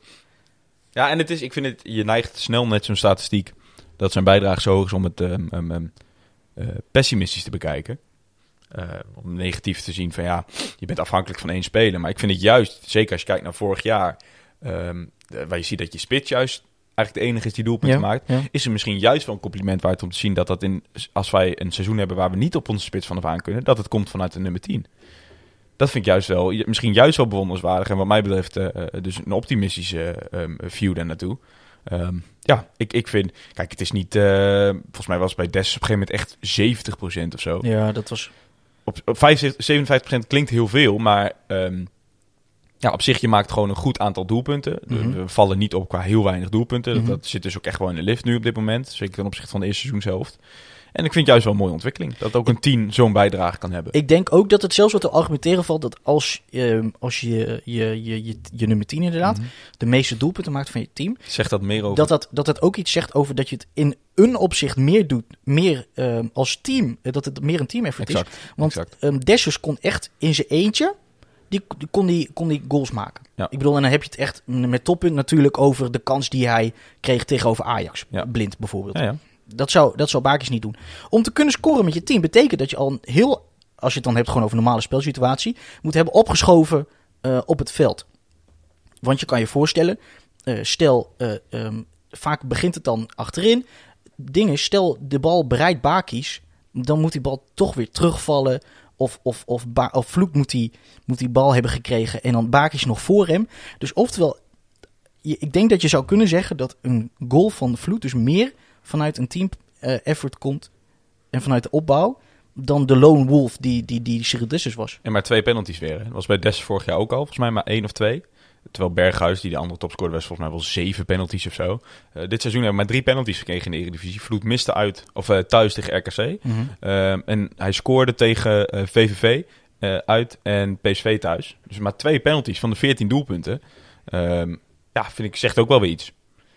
Speaker 5: Ja, en het is, ik vind het, je neigt snel net zo'n statistiek dat zijn bijdrage zo hoog is om het um, um, um, uh, pessimistisch te bekijken. Uh, om negatief te zien van ja, je bent afhankelijk van één speler. Maar ik vind het juist, zeker als je kijkt naar vorig jaar, um, de, waar je ziet dat je spits juist eigenlijk de enige is die doelpunten
Speaker 4: Ja,
Speaker 5: maakt,
Speaker 4: ja.
Speaker 5: is het misschien juist wel een compliment waard om te zien dat dat in, als wij een seizoen hebben waar we niet op onze spits vanaf aan kunnen, dat het komt vanuit de nummer tien. Dat vind ik juist wel, misschien juist wel bewonderenswaardig en wat mij betreft uh, uh, dus een optimistische uh, um, view daar naartoe. Um, ja, ik, ik vind, kijk, het is niet, uh, volgens mij was het bij Des op een gegeven moment echt zeventig procent of zo.
Speaker 4: Ja, dat was...
Speaker 5: Op, op vijfenzeventig, zevenenvijftig procent klinkt heel veel, maar um, ja, op zich, je maakt gewoon een goed aantal doelpunten.
Speaker 4: Mhm.
Speaker 5: We vallen niet op qua heel weinig doelpunten.
Speaker 4: Mhm.
Speaker 5: Dat, dat zit dus ook echt wel in de lift nu op dit moment. Zeker ten opzichte van de eerste seizoenshelft. En ik vind het juist wel een mooie ontwikkeling. Dat ook een tien zo'n bijdrage kan hebben.
Speaker 4: Ik denk ook dat het zelfs wat te argumenteren valt dat als, uh, als je, je, je, je, je nummer tien inderdaad
Speaker 5: Mhm.
Speaker 4: de meeste doelpunten maakt van je team,
Speaker 5: Zegt dat meer over...
Speaker 4: dat, dat, dat het ook iets zegt over dat je het in een opzicht meer doet, meer uh, als team, uh, dat het meer een team effort is.
Speaker 5: Exact,
Speaker 4: Want
Speaker 5: exact.
Speaker 4: um, Dessers kon echt in zijn eentje, die, die, kon, die, kon die goals maken.
Speaker 5: Ja.
Speaker 4: Ik bedoel, en dan heb je het echt met toppunt natuurlijk over de kans die hij kreeg tegenover Ajax.
Speaker 5: Ja.
Speaker 4: Blind bijvoorbeeld.
Speaker 5: Ja, ja.
Speaker 4: Dat zou, dat zou Bakis niet doen. Om te kunnen scoren met je team betekent dat je al een heel, als je het dan hebt gewoon over een normale spelsituatie, moet hebben opgeschoven uh, op het veld. Want je kan je voorstellen, uh, stel, uh, um, vaak begint het dan achterin. Ding is, stel de bal bereikt Bakis, dan moet die bal toch weer terugvallen. Of, of, of, ba- of Vloed moet die, moet die bal hebben gekregen en dan Bakis nog voor hem. Dus oftewel, je, ik denk dat je zou kunnen zeggen dat een goal van Vloed dus meer vanuit een team uh, effort komt en vanuit de opbouw dan de lone wolf die, die, die Cyril Dessers was.
Speaker 5: En maar twee penalties weer. Hè. Dat was bij Des vorig jaar ook al. Volgens mij maar één of twee. Terwijl Berghuis, die de andere topscorer was, volgens mij wel zeven penalties of zo. Uh, dit seizoen hebben we maar drie penalties gekregen in de Eredivisie. Vloed miste uit, of uh, thuis tegen R K C.
Speaker 4: Mm-hmm.
Speaker 5: Uh, en hij scoorde tegen uh, V V V uh, uit en P S V thuis. Dus maar twee penalties van de veertien doelpunten. Uh, ja, vind ik, zegt ook wel weer iets.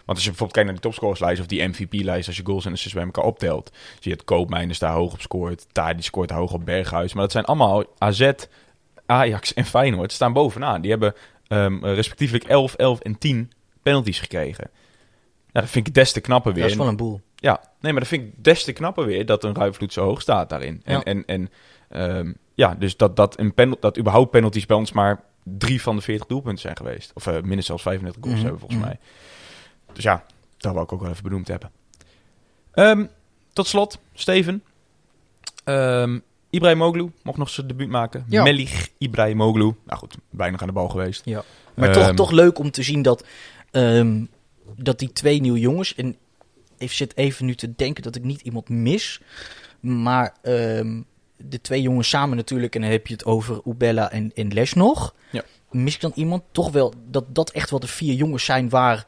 Speaker 5: Want als je bijvoorbeeld kijkt naar die topscorerslijst of die M V P-lijst, als je goals en assists bij elkaar optelt, zie je dat Koopmeiners daar hoog op scoort, Tadic scoort hoog op Berghuis. Maar dat zijn allemaal A Z, Ajax en Feyenoord staan bovenaan. Die hebben um, respectievelijk elf, elf en tien penalties gekregen. Nou, dat vind ik des te knapper weer.
Speaker 4: Dat is wel een boel.
Speaker 5: Ja, nee, maar dat vind ik des te knapper weer dat een Ruijvloed zo hoog staat daarin. En,
Speaker 4: Ja.
Speaker 5: en, en um, ja, dus dat, dat, een pen, dat überhaupt penalties bij ons maar drie van de veertig doelpunten zijn geweest. Of uh, minstens zelfs vijfendertig goals
Speaker 4: Mhm,
Speaker 5: hebben volgens
Speaker 4: mhm.
Speaker 5: mij. Dus ja, dat wou ik ook wel even benoemd hebben. Um, tot slot, Steven. Um, Ibrahimoglu mocht nog zijn debuut maken.
Speaker 4: Ja.
Speaker 5: Melih Ibrahimoglu. Nou goed, weinig aan de bal geweest.
Speaker 4: Ja. Maar
Speaker 5: Ehm,
Speaker 4: toch, toch leuk om te zien dat, ehm, dat die twee nieuwe jongens... En ik zit even nu te denken dat ik niet iemand mis. Maar ehm, de twee jongens samen natuurlijk... En dan heb je het over Ubella en, en Les nog.
Speaker 5: Ja.
Speaker 4: Mis ik dan iemand? Toch wel dat dat echt wel de vier jongens zijn waar...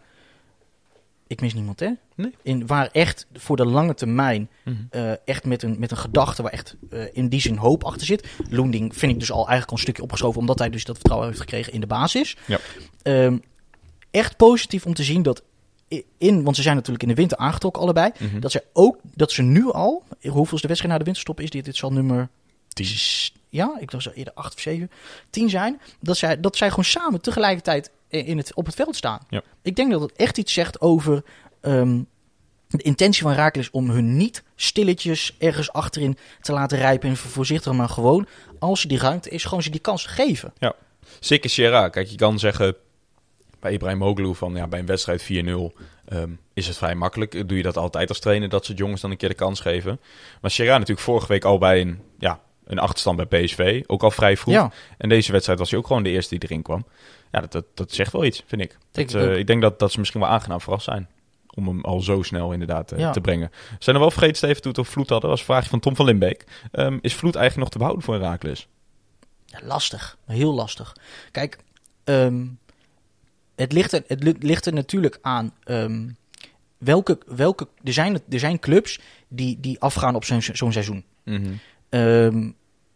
Speaker 4: Ik mis niemand, hè?
Speaker 5: Nee.
Speaker 4: In, waar echt voor de lange termijn...
Speaker 5: Mm-hmm.
Speaker 4: Uh, echt met een, met een gedachte waar echt uh, in die zin hoop achter zit. Loending vind ik dus al eigenlijk al een stukje opgeschoven... omdat hij dus dat vertrouwen heeft gekregen in de basis.
Speaker 5: Ja.
Speaker 4: Um, echt positief om te zien dat in... want ze zijn natuurlijk in de winter aangetrokken allebei...
Speaker 5: Mm-hmm.
Speaker 4: dat ze ook, dat ze nu al... hoeveelste wedstrijd na de winterstop is dit? Dit zal nummer...
Speaker 5: tien.
Speaker 4: Ja, ik dacht zo eerder acht of zeven. tien zijn. Dat zij, dat zij gewoon samen tegelijkertijd in het, op het veld staan.
Speaker 5: Ja.
Speaker 4: Ik denk dat het echt iets zegt over... Um, de intentie van Heracles om hun niet stilletjes ergens achterin te laten rijpen en voorzichtig, maar gewoon, als er die ruimte is, gewoon ze die kans geven.
Speaker 5: Ja, zeker Sierra. Kijk, je kan zeggen bij Ibrahimoglu van ja, bij een wedstrijd vier nul um, is het vrij makkelijk. Doe je dat altijd als trainer, dat soort jongens dan een keer de kans geven. Maar Sierra natuurlijk vorige week al bij een, ja, een achterstand bij P S V, ook al vrij vroeg.
Speaker 4: Ja.
Speaker 5: En deze wedstrijd was hij ook gewoon de eerste die erin kwam. Ja, dat, dat, dat zegt wel iets, vind ik.
Speaker 4: Denk
Speaker 5: Dat,
Speaker 4: ik
Speaker 5: uh,
Speaker 4: ook.
Speaker 5: ik denk dat, dat ze misschien wel aangenaam verrast zijn. Om hem al zo snel inderdaad uh,
Speaker 4: Ja.
Speaker 5: te brengen. We zijn er wel vergeten, Steven, toen we het over Vloed hadden. Dat was een vraagje van Tom van Limbeek. Um, is Vloed eigenlijk nog te behouden voor Heracles?
Speaker 4: Ja, lastig, heel lastig. Kijk, um, het, ligt er, het li- ligt er natuurlijk aan um, welke, welke er, zijn, er zijn clubs die, die afgaan op zo'n, zo'n seizoen.
Speaker 5: Mm-hmm.
Speaker 4: Um,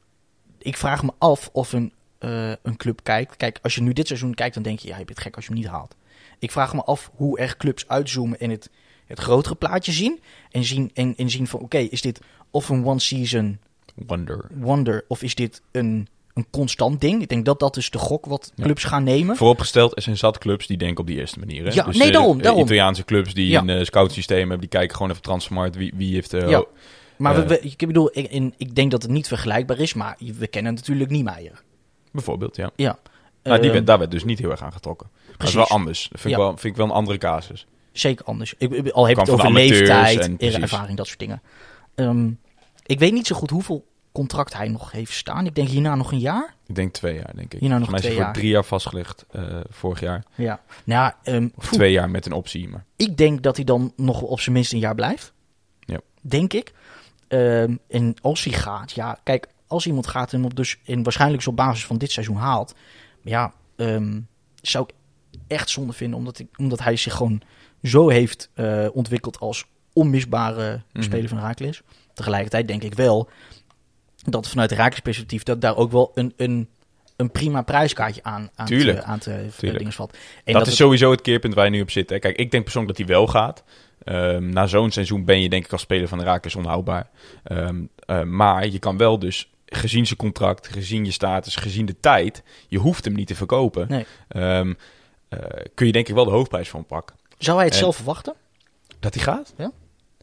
Speaker 4: ik vraag me af of een, uh, een club kijkt. Kijk, als je nu dit seizoen kijkt, dan denk je, ja, je bent gek als je hem niet haalt. Ik vraag me af hoe erg clubs uitzoomen en het, het grotere plaatje zien. En zien, en, en zien van, oké, okay, is dit of een one-season
Speaker 5: Wonder.
Speaker 4: wonder of is dit een, een constant ding? Ik denk dat dat is de gok wat
Speaker 5: Ja.
Speaker 4: clubs gaan nemen.
Speaker 5: Vooropgesteld, er zijn zat clubs die denken op die eerste manier. Hè?
Speaker 4: Ja,
Speaker 5: dus,
Speaker 4: nee,
Speaker 5: eh,
Speaker 4: daarom,
Speaker 5: de
Speaker 4: daarom.
Speaker 5: Italiaanse clubs die
Speaker 4: Ja.
Speaker 5: een uh, scoutsysteem hebben, die kijken gewoon even Transfermarkt. Wie, wie heeft... Uh,
Speaker 4: Ja. Maar we,
Speaker 5: eh,
Speaker 4: we, ik bedoel, ik, in, ik denk dat het niet vergelijkbaar is, maar we kennen natuurlijk Niemeyer.
Speaker 5: Bijvoorbeeld, ja.
Speaker 4: Ja.
Speaker 5: Maar die
Speaker 4: Ehm,
Speaker 5: werd, daar werd dus niet heel erg aan getrokken. Dat is
Speaker 4: precies.
Speaker 5: wel anders. Dat vind,
Speaker 4: Ja.
Speaker 5: ik wel, vind ik wel een andere casus.
Speaker 4: Zeker anders. Ik, ik- al heb je
Speaker 5: Kwam
Speaker 4: het
Speaker 5: van
Speaker 4: over
Speaker 5: de amateurs
Speaker 4: leeftijd,
Speaker 5: en precies.
Speaker 4: ervaring, dat soort dingen. Um, ik weet niet zo goed hoeveel contract hij nog heeft staan. Ik denk hierna nog een jaar.
Speaker 5: Ik denk twee jaar, denk ik.
Speaker 4: Hierna nog
Speaker 5: Volgens mij is
Speaker 4: twee
Speaker 5: hij voor
Speaker 4: jaar.
Speaker 5: drie jaar vastgelegd uh, vorig jaar.
Speaker 4: Ja. Nou, um,
Speaker 5: Of
Speaker 4: poeh,
Speaker 5: twee jaar met een optie. Maar
Speaker 4: ik denk dat hij dan nog op zijn minst een jaar blijft.
Speaker 5: Ja.
Speaker 4: Denk ik. Um, en als hij gaat, ja, kijk, als iemand gaat en op dus en waarschijnlijk is op basis van dit seizoen haalt, ja, um, zou ik echt zonde vinden, omdat, ik, omdat hij zich gewoon zo heeft uh, ontwikkeld als onmisbare
Speaker 5: Mhm.
Speaker 4: speler van Heracles. Tegelijkertijd denk ik wel dat vanuit Heracles perspectief dat daar ook wel een, een, een prima prijskaartje aan, aan
Speaker 5: Tuurlijk.
Speaker 4: te, aan te
Speaker 5: Tuurlijk.
Speaker 4: dingen valt. En
Speaker 5: dat, is
Speaker 4: het-
Speaker 5: sowieso het keerpunt waar je nu op zit. Hè. Kijk, ik denk persoonlijk dat hij wel gaat. Um, na zo'n seizoen ben je denk ik als speler van Heracles onhoudbaar. Um, uh, maar je kan wel dus, gezien zijn contract, gezien je status, gezien de tijd, je hoeft hem niet te verkopen.
Speaker 4: Nee.
Speaker 5: Um, uh, kun je denk ik wel de hoofdprijs voor hem pakken.
Speaker 4: Zou hij het
Speaker 5: En-
Speaker 4: zelf verwachten?
Speaker 5: Dat hij gaat?
Speaker 4: Ja.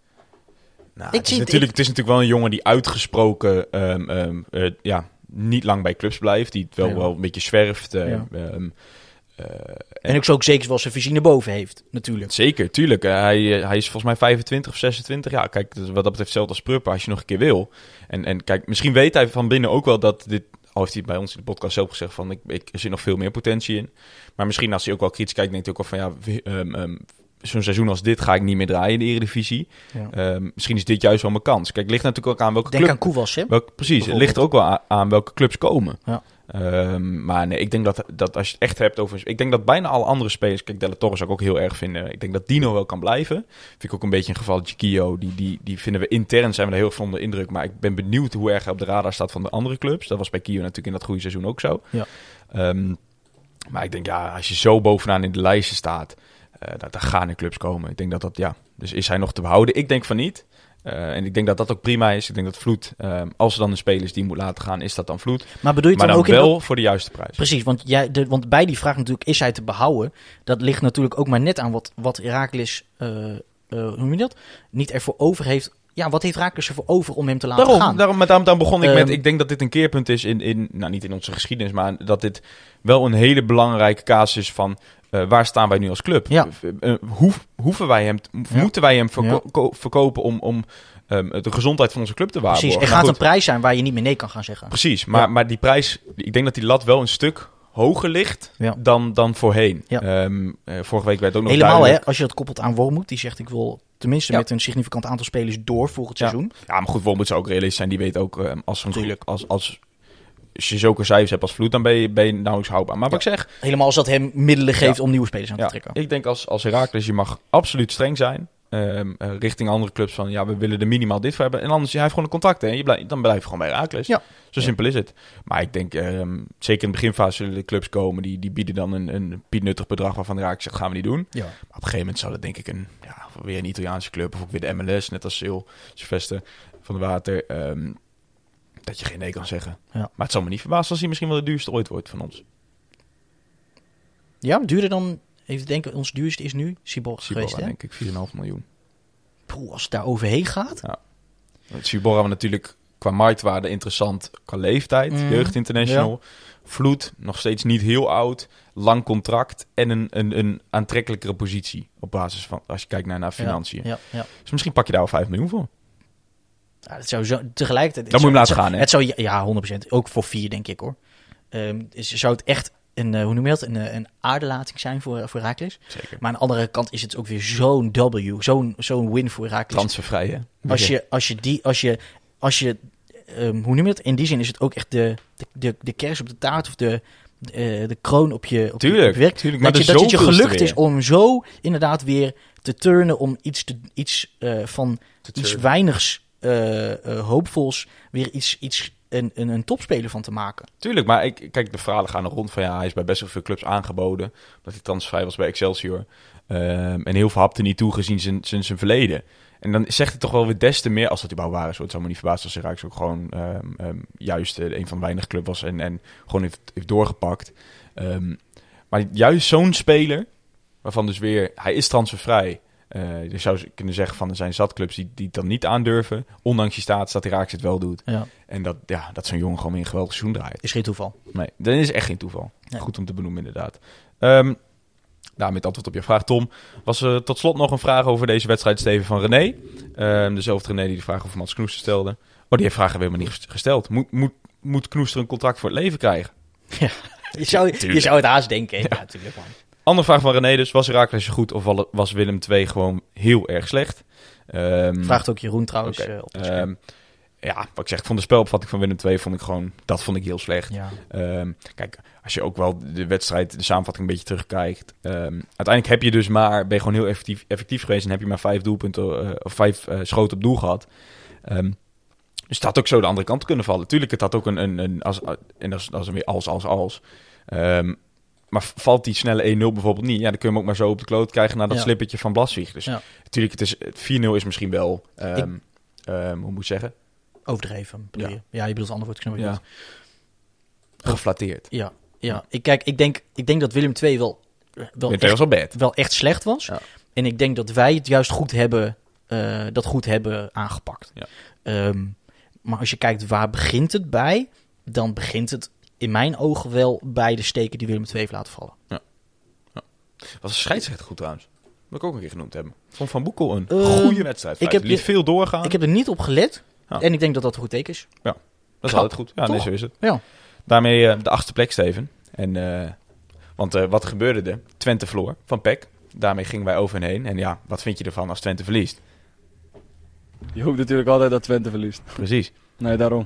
Speaker 5: Nou,
Speaker 4: Ik
Speaker 5: het, is
Speaker 4: zie het-
Speaker 5: natuurlijk, het is natuurlijk wel een jongen die uitgesproken um, um, uh, ja, niet lang bij clubs blijft. Die het wel,
Speaker 4: Ja.
Speaker 5: wel een beetje zwerft. Uh,
Speaker 4: Ja.
Speaker 5: um, uh,
Speaker 4: En ook zo ook zeker wel zijn visie naar boven heeft, natuurlijk.
Speaker 5: Zeker, tuurlijk. Uh, hij, hij is volgens mij vijfentwintig of zesentwintig. Ja, kijk, dus wat dat betreft hetzelfde als Prupper als je nog een keer wil. En, en kijk, misschien weet hij van binnen ook wel dat dit... Al heeft hij bij ons in de podcast zelf gezegd van... Ik, ik, er zit nog veel meer potentie in. Maar misschien als hij ook wel kritisch kijkt... denkt hij ook wel van ja... Um, um, zo'n seizoen als dit ga ik niet meer draaien in de Eredivisie.
Speaker 4: Ja.
Speaker 5: Um, misschien is dit juist wel mijn kans. Kijk, het ligt natuurlijk ook aan welke
Speaker 4: Denk
Speaker 5: club...
Speaker 4: aan Koewas, hè?
Speaker 5: Welk, precies, het ligt er ook wel aan, aan welke clubs komen.
Speaker 4: Ja.
Speaker 5: Um, maar nee, ik denk dat, dat als je het echt hebt over... Ik denk dat bijna alle andere spelers... Kijk, Della Torre zou ik ook heel erg vinden. Ik denk dat Dino wel kan blijven. Vind ik ook een beetje een gevalletje Kio. Die, die, die vinden we intern, zijn we er heel veel onder indruk. Maar ik ben benieuwd hoe erg hij op de radar staat van de andere clubs. Dat was bij Kio natuurlijk in dat goede seizoen ook zo.
Speaker 4: Ja.
Speaker 5: Um, maar ik denk, ja, als je zo bovenaan in de lijsten staat... uh, daar, daar gaan er clubs komen. Ik denk dat dat, ja... Dus is hij nog te behouden? Ik denk van niet. Uh, en ik denk dat dat ook prima is. Ik denk dat Vloed, uh, als er dan een speler is die moet laten gaan, is dat dan Vloed.
Speaker 4: Maar bedoel je het
Speaker 5: maar
Speaker 4: dan,
Speaker 5: dan
Speaker 4: ook
Speaker 5: wel
Speaker 4: in...
Speaker 5: voor de juiste prijs.
Speaker 4: Precies, want, jij, de, want bij die vraag natuurlijk, is hij te behouden? Dat ligt natuurlijk ook maar net aan wat, wat Heracles, uh, uh, hoe noem je dat? Niet ervoor over heeft. Ja, wat heeft Heracles ervoor over om hem te laten
Speaker 5: Daarom,
Speaker 4: gaan?
Speaker 5: daarom, met, daarom begon ik
Speaker 4: Um,
Speaker 5: met, ik denk dat dit een keerpunt is in, in, nou niet in onze geschiedenis, maar dat dit wel een hele belangrijke casus is van, uh, waar staan wij nu als club?
Speaker 4: Ja.
Speaker 5: Uh, hoe, hoeven wij hem,
Speaker 4: Ja.
Speaker 5: moeten wij hem verko-
Speaker 4: Ja.
Speaker 5: ko- verkopen om, om um, de gezondheid van onze club te waarborgen?
Speaker 4: Precies, er
Speaker 5: Nou,
Speaker 4: gaat
Speaker 5: goed,
Speaker 4: een prijs zijn waar je niet meer nee kan gaan zeggen.
Speaker 5: Precies, maar,
Speaker 4: Ja.
Speaker 5: maar die prijs, ik denk dat die lat wel een stuk hoger ligt
Speaker 4: Ja.
Speaker 5: dan, dan voorheen.
Speaker 4: Ja.
Speaker 5: Um, uh, vorige week werd ook nog
Speaker 4: Helemaal,
Speaker 5: duidelijk.
Speaker 4: hè, als je dat koppelt aan Wormoed, die zegt ik wil tenminste
Speaker 5: Ja.
Speaker 4: met een significant aantal spelers door volgend
Speaker 5: Ja.
Speaker 4: seizoen.
Speaker 5: Ja, maar goed, Wormoed zou ook realistisch zijn. Die weet ook, um, als, zo'n
Speaker 4: Tuurlijk.
Speaker 5: als, als, als je zulke cijfers hebt als Vloed, dan ben je, ben je nauwelijks houdbaar. Maar wat ik zeg,
Speaker 4: Helemaal als dat hem middelen geeft
Speaker 5: Ja.
Speaker 4: om nieuwe spelers aan
Speaker 5: ja,
Speaker 4: te trekken.
Speaker 5: ik denk als, als Heracles, je mag absoluut streng zijn. Um, uh, richting andere clubs van, ja, we willen er minimaal dit voor hebben. En anders, hij heeft gewoon een contract, hè. Je blijf, dan blijf je gewoon bij Heracles.
Speaker 4: Ja.
Speaker 5: Zo simpel is het. Maar ik denk, um, zeker in de beginfase zullen de clubs komen, die, die bieden dan een, een pietnuttig bedrag waarvan de Heracles zegt, gaan we niet doen.
Speaker 4: Ja.
Speaker 5: Maar op een gegeven moment zou dat denk ik een, ja, weer een Italiaanse club, of ook weer de M L S, net als Sil, Sylvester van de Water, um, dat je geen nee kan zeggen.
Speaker 4: Ja.
Speaker 5: Maar het zal me niet verbazen als hij misschien wel de duurste ooit wordt van ons.
Speaker 4: Ja, duurder dan, even denken, ons duurste is nu Ciborra geweest,
Speaker 5: Ciborra,
Speaker 4: hè?
Speaker 5: denk ik, vier komma vijf miljoen.
Speaker 4: Poeh, als het daar overheen gaat.
Speaker 5: Ciborra natuurlijk qua marktwaarde interessant, qua leeftijd,
Speaker 4: Mm,
Speaker 5: jeugd international. Vloed, nog steeds niet heel oud, lang contract en een, een, een aantrekkelijkere positie op basis van, als je kijkt naar, naar financiën.
Speaker 4: Ja, ja.
Speaker 5: Dus misschien pak je daar al vijf miljoen voor.
Speaker 4: Ja, dat zou zo, tegelijkertijd...
Speaker 5: Dan moet je hem laten
Speaker 4: het
Speaker 5: gaan, hè?
Speaker 4: Het zou, ja, honderd procent. Ook voor vier, denk ik, hoor. Um, dus zou het echt een, uh, hoe noem je dat, een, uh, een aardelating zijn voor, voor Heracles.
Speaker 5: Zeker.
Speaker 4: Maar aan de andere kant is het ook weer zo'n W, zo'n zo'n win voor Heracles.
Speaker 5: Transfervrij, hè?
Speaker 4: Als je, als je die, als je, als je, um, hoe noem je het? In die zin is het ook echt de, de, de, de kers op de taart of de, uh, de kroon op je, op je,
Speaker 5: Tuurlijk,
Speaker 4: op je werk.
Speaker 5: tuurlijk, maar
Speaker 4: dat je,
Speaker 5: de
Speaker 4: dat het je
Speaker 5: zoveelste
Speaker 4: gelukt is
Speaker 5: weer.
Speaker 4: om zo inderdaad weer te turnen, om iets, te, iets uh, van
Speaker 5: Te
Speaker 4: iets
Speaker 5: turnen.
Speaker 4: weinigs uh, uh, hoopvols weer iets, iets een, een, een topspeler van te maken.
Speaker 5: Tuurlijk, maar ik, kijk, de verhalen gaan er rond van, ja, hij is bij best wel veel clubs aangeboden, omdat hij transfervrij was bij Excelsior. Um, en heel veel hapte niet toe gezien zijn, zijn, zijn verleden. En dan zegt het toch wel weer des te meer, als dat überhaupt waar is. Het zou me niet verbazen als Heracles ook gewoon um, um, juist uh, een van de weinig clubs was en, en gewoon heeft, heeft doorgepakt. Um, maar juist zo'n speler, waarvan dus weer, hij is transfervrij. Uh, je zou kunnen zeggen van, er zijn zatclubs die, die het dan niet aandurven, ondanks je status dat Heracles het wel doet.
Speaker 4: Ja.
Speaker 5: En dat, ja, dat zo'n jongen gewoon weer een geweldig seizoen draait.
Speaker 4: Is geen toeval.
Speaker 5: Nee, dat is echt geen toeval.
Speaker 4: Nee.
Speaker 5: Goed om te benoemen, inderdaad. Um, nou, met antwoord op je vraag, Tom. Was er tot slot nog een vraag over deze wedstrijd, Steven, van René. Um, dezelfde René die de vraag over Mats Knoester stelde. Oh, die heeft vragen weer helemaal niet gesteld. Moet, moet, moet Knoester een contract voor het leven krijgen?
Speaker 4: Ja. Je, zou, je zou het haast denken. Hè? Ja, natuurlijk, man.
Speaker 5: Andere vraag van René dus. Was Heracles goed of was Willem twee gewoon heel erg slecht? Um,
Speaker 4: Vraagt ook Jeroen trouwens.
Speaker 5: okay.
Speaker 4: Uh, op het scherm.
Speaker 5: um, Ja, wat ik zeg, ik vond de spelopvatting van Willem twee vond ik gewoon, dat vond ik heel slecht.
Speaker 4: Ja.
Speaker 5: Um, kijk, als je ook wel de wedstrijd, de samenvatting een beetje terugkijkt. Um, uiteindelijk heb je dus maar, ben je gewoon heel effectief, effectief geweest en heb je maar vijf doelpunten, uh, of vijf uh, schoten op doel gehad. Um, dus het had ook zo de andere kant kunnen vallen. Tuurlijk, het had ook een, een, een als, en dat is, dat is weer als, als, als. Um, maar valt die snelle één nul bijvoorbeeld niet, ja, dan kun je hem ook maar zo op de kloot krijgen naar dat
Speaker 4: Ja.
Speaker 5: slippertje van Blaswieg. Dus
Speaker 4: Ja.
Speaker 5: natuurlijk, het is, vier nul is misschien wel, um,
Speaker 4: Ik-
Speaker 5: um, hoe moet je zeggen?
Speaker 4: Overdreven, bedoel
Speaker 5: Ja.
Speaker 4: je? Ja, je bedoelt het andere woord. Ik snap wat je
Speaker 5: Ja.
Speaker 4: bedoelt.
Speaker 5: Geflatteerd.
Speaker 4: Ja, ja. Ik, kijk, ik, denk, ik denk dat Willem twee wel, wel,
Speaker 5: Willem
Speaker 4: echt,
Speaker 5: twee was wel bad.
Speaker 4: wel echt slecht was.
Speaker 5: Ja.
Speaker 4: En ik denk dat wij het juist goed hebben, uh, dat goed hebben aangepakt.
Speaker 5: Ja.
Speaker 4: Um, maar als je kijkt waar begint het bij, dan begint het in mijn ogen wel bij de steken die Willem twee heeft laten vallen.
Speaker 5: Was een scheidsrechter goed trouwens. Wil ik ook een keer genoemd hebben. Vond Van Boekel een
Speaker 4: Uh,
Speaker 5: goede wedstrijd.
Speaker 4: ik
Speaker 5: Ik
Speaker 4: heb-
Speaker 5: liet veel doorgaan.
Speaker 4: Ik heb er niet op gelet.
Speaker 5: Ja.
Speaker 4: En ik denk dat dat een goed teken is.
Speaker 5: Dat is
Speaker 4: Knap.
Speaker 5: altijd goed. Ja, nee,
Speaker 4: Toch?
Speaker 5: zo is het.
Speaker 4: Ja.
Speaker 5: Daarmee uh, de achtste plek, Steven. En, uh, want uh, wat gebeurde er? Twente verloor van P E C. Daarmee gingen wij over en heen. En ja, wat vind je ervan als Twente verliest?
Speaker 6: Je hoopt natuurlijk altijd dat Twente verliest.
Speaker 5: Precies.
Speaker 6: Nee, daarom.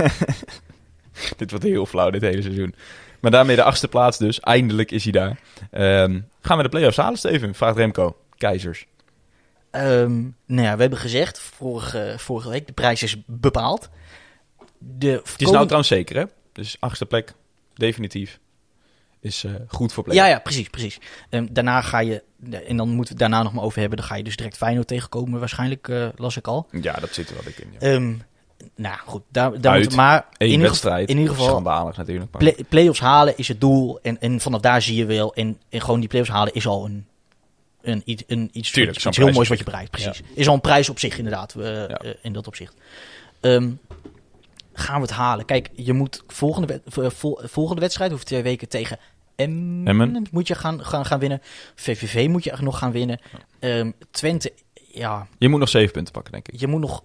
Speaker 5: Dit wordt heel flauw, dit hele seizoen. Maar daarmee de achtste plaats dus. Eindelijk is hij daar. Um, gaan we de play-offs halen, Steven? Vraagt Remco. Keizers.
Speaker 4: Um, nou ja, we hebben gezegd vorige, vorige week, de prijs is bepaald. De
Speaker 5: Het is nou trouwens zeker, hè? Dus achtste plek, definitief. is uh, goed voor play.
Speaker 4: Ja, ja, precies, precies. Um, daarna ga je, en dan moeten we het daarna nog maar over hebben, dan ga je dus direct Feyenoord tegenkomen, waarschijnlijk, uh, las ik al.
Speaker 5: Ja, dat zit er wel dik in. Ja.
Speaker 4: Um, nou goed, daar, daar
Speaker 5: Uit,
Speaker 4: moet maar in
Speaker 5: één
Speaker 4: ieder,
Speaker 5: wedstrijd,
Speaker 4: in ieder geval
Speaker 5: schandalig natuurlijk. Maar.
Speaker 4: Play, play-offs halen is het doel en, en vanaf daar zie je wel, en, en gewoon die play-offs halen is al een, een, een, een iets,
Speaker 5: Tuurlijk,
Speaker 4: iets heel moois wat je bereikt, precies. Ja. Is al een prijs op zich inderdaad, uh, ja. uh, in dat opzicht. Um, gaan we het halen? Kijk, je moet volgende, vol, volgende wedstrijd, over twee weken tegen Emmen, Emmen. moet je gaan, gaan, gaan winnen. V V V moet je nog gaan winnen. Ja. Um, Twente, ja.
Speaker 5: Je moet nog zeven punten pakken, denk ik.
Speaker 4: Je moet nog...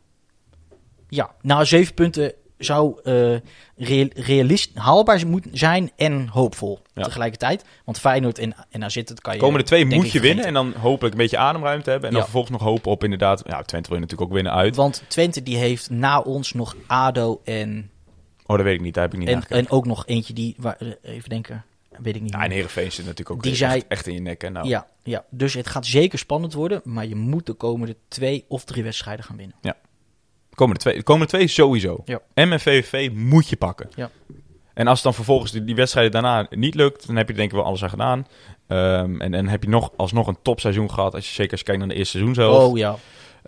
Speaker 4: Ja, nou, zeven punten zou uh, real, realist haalbaar moeten zijn en hoopvol ja. tegelijkertijd. Want Feyenoord en, en A Z, dat kan je...
Speaker 5: Komende twee moet je winnen en dan hopelijk een beetje ademruimte hebben. En dan ja. vervolgens nog hopen op inderdaad... Ja, Twente wil je natuurlijk ook winnen uit.
Speaker 4: Want Twente die heeft na ons nog A D O en...
Speaker 5: Oh, dat weet ik niet. Daar heb ik niet
Speaker 4: en, en ook nog eentje die... Waar, even denken... Weet ik niet.
Speaker 5: Ja, en Heerenveen zit natuurlijk ook
Speaker 4: die
Speaker 5: echt,
Speaker 4: zei,
Speaker 5: echt in je nek. Hè? Nou.
Speaker 4: Ja, ja, dus het gaat zeker spannend worden. Maar je moet de komende twee of drie wedstrijden gaan winnen.
Speaker 5: Ja. De komende twee, de komende twee sowieso.
Speaker 4: Ja.
Speaker 5: M en V V V moet je pakken.
Speaker 4: Ja.
Speaker 5: En als het dan vervolgens die, die wedstrijden daarna niet lukt, dan heb je er denk ik wel alles aan gedaan. Um, en dan heb je nog alsnog een topseizoen gehad. Als je, zeker als je kijkt naar de eerste seizoen zelf.
Speaker 4: Oh ja.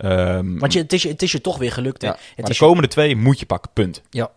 Speaker 5: Um,
Speaker 4: Want je, het, is, het is je toch weer gelukt. Hè?
Speaker 5: Ja,
Speaker 4: het
Speaker 5: maar
Speaker 4: is
Speaker 5: de komende je... twee moet je pakken, punt.
Speaker 4: Ja.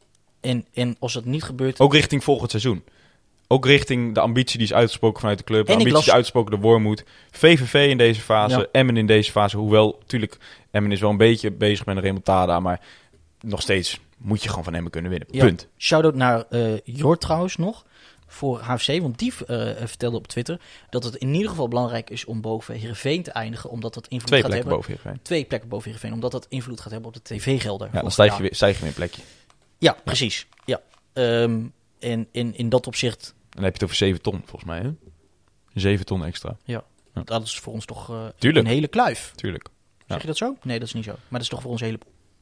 Speaker 4: En, en als dat niet gebeurt...
Speaker 5: Ook richting volgend seizoen. Ook richting de ambitie die is uitgesproken vanuit de club. De
Speaker 4: en
Speaker 5: ambitie
Speaker 4: las...
Speaker 5: die is uitgesproken door Wormoed. V V V in deze fase. Ja. Emmen in deze fase. Hoewel, natuurlijk, Emmen is wel een beetje bezig met een remontada. Maar nog steeds moet je gewoon van Emmen kunnen winnen.
Speaker 4: Ja.
Speaker 5: Punt.
Speaker 4: Shout-out naar uh, Jort trouwens nog. Voor H F C. Want die uh, vertelde op Twitter dat het in ieder geval belangrijk is om boven Heerenveen te eindigen. Omdat dat invloed
Speaker 5: Twee
Speaker 4: gaat
Speaker 5: plekken
Speaker 4: hebben.
Speaker 5: boven Heerenveen.
Speaker 4: Twee plekken boven Heerenveen. Omdat dat invloed gaat hebben op de tv-gelden.
Speaker 5: Ja, dan stijg je, weer, stijg je weer een plekje.
Speaker 4: Ja, precies. Ja. Um, en in, in dat opzicht...
Speaker 5: Dan heb je het over zeven ton, volgens mij, hè? zeven ton extra.
Speaker 4: Ja, ja. Dat is voor ons toch uh,
Speaker 5: Tuurlijk.
Speaker 4: een hele kluif.
Speaker 5: Tuurlijk. Ja.
Speaker 4: Zeg je dat zo? Nee, dat is niet zo. Maar dat is toch voor ons een hele...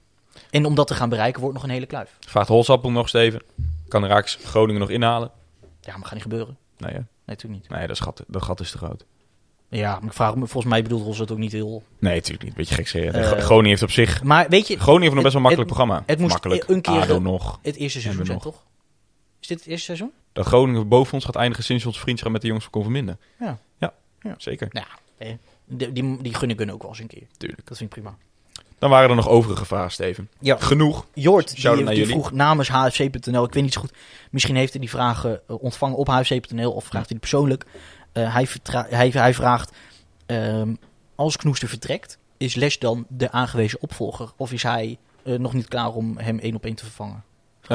Speaker 4: En om dat te gaan bereiken, wordt nog een hele kluif.
Speaker 5: Vraagt Holsappel nog, Steven. Kan de Raaks Groningen nog inhalen?
Speaker 4: Ja, maar gaat niet gebeuren.
Speaker 5: Nee, hè?
Speaker 4: Nee, natuurlijk niet.
Speaker 5: Nee, dat gat, dat gat is te groot.
Speaker 4: Ja, maar ik vraag me, volgens mij bedoelt Hols het ook niet heel...
Speaker 5: Nee, natuurlijk niet. Beetje gek zeggen.
Speaker 4: Uh,
Speaker 5: Groningen heeft op zich...
Speaker 4: Maar weet je...
Speaker 5: Groningen heeft nog best wel een makkelijk
Speaker 4: het,
Speaker 5: programma.
Speaker 4: Het moest
Speaker 5: makkelijk.
Speaker 4: een keer...
Speaker 5: A D O nog.
Speaker 4: Het eerste seizoen zijn, toch? Is dit het eerste seizoen?
Speaker 5: Dat Groningen boven ons gaat eindigen sinds ons vriendschap met de jongens van Converminden.
Speaker 4: Ja.
Speaker 5: Ja,
Speaker 4: ja.
Speaker 5: zeker.
Speaker 4: Nou, eh, die, die, die gun ik hun ook wel eens een keer.
Speaker 5: Tuurlijk.
Speaker 4: Dat vind ik prima.
Speaker 5: Dan waren er nog overige vragen, Steven.
Speaker 4: Ja.
Speaker 5: Genoeg.
Speaker 4: Jort, die, die vroeg namens H F C punt n l. Ik weet niet zo goed. Misschien heeft hij die vragen uh, ontvangen op H F C punt n l of vraagt hij die persoonlijk. Uh, hij, vertra- hij, hij vraagt... Um, als Knoester vertrekt, is Les dan de aangewezen opvolger? Of is hij uh, nog niet klaar om hem één op één te vervangen?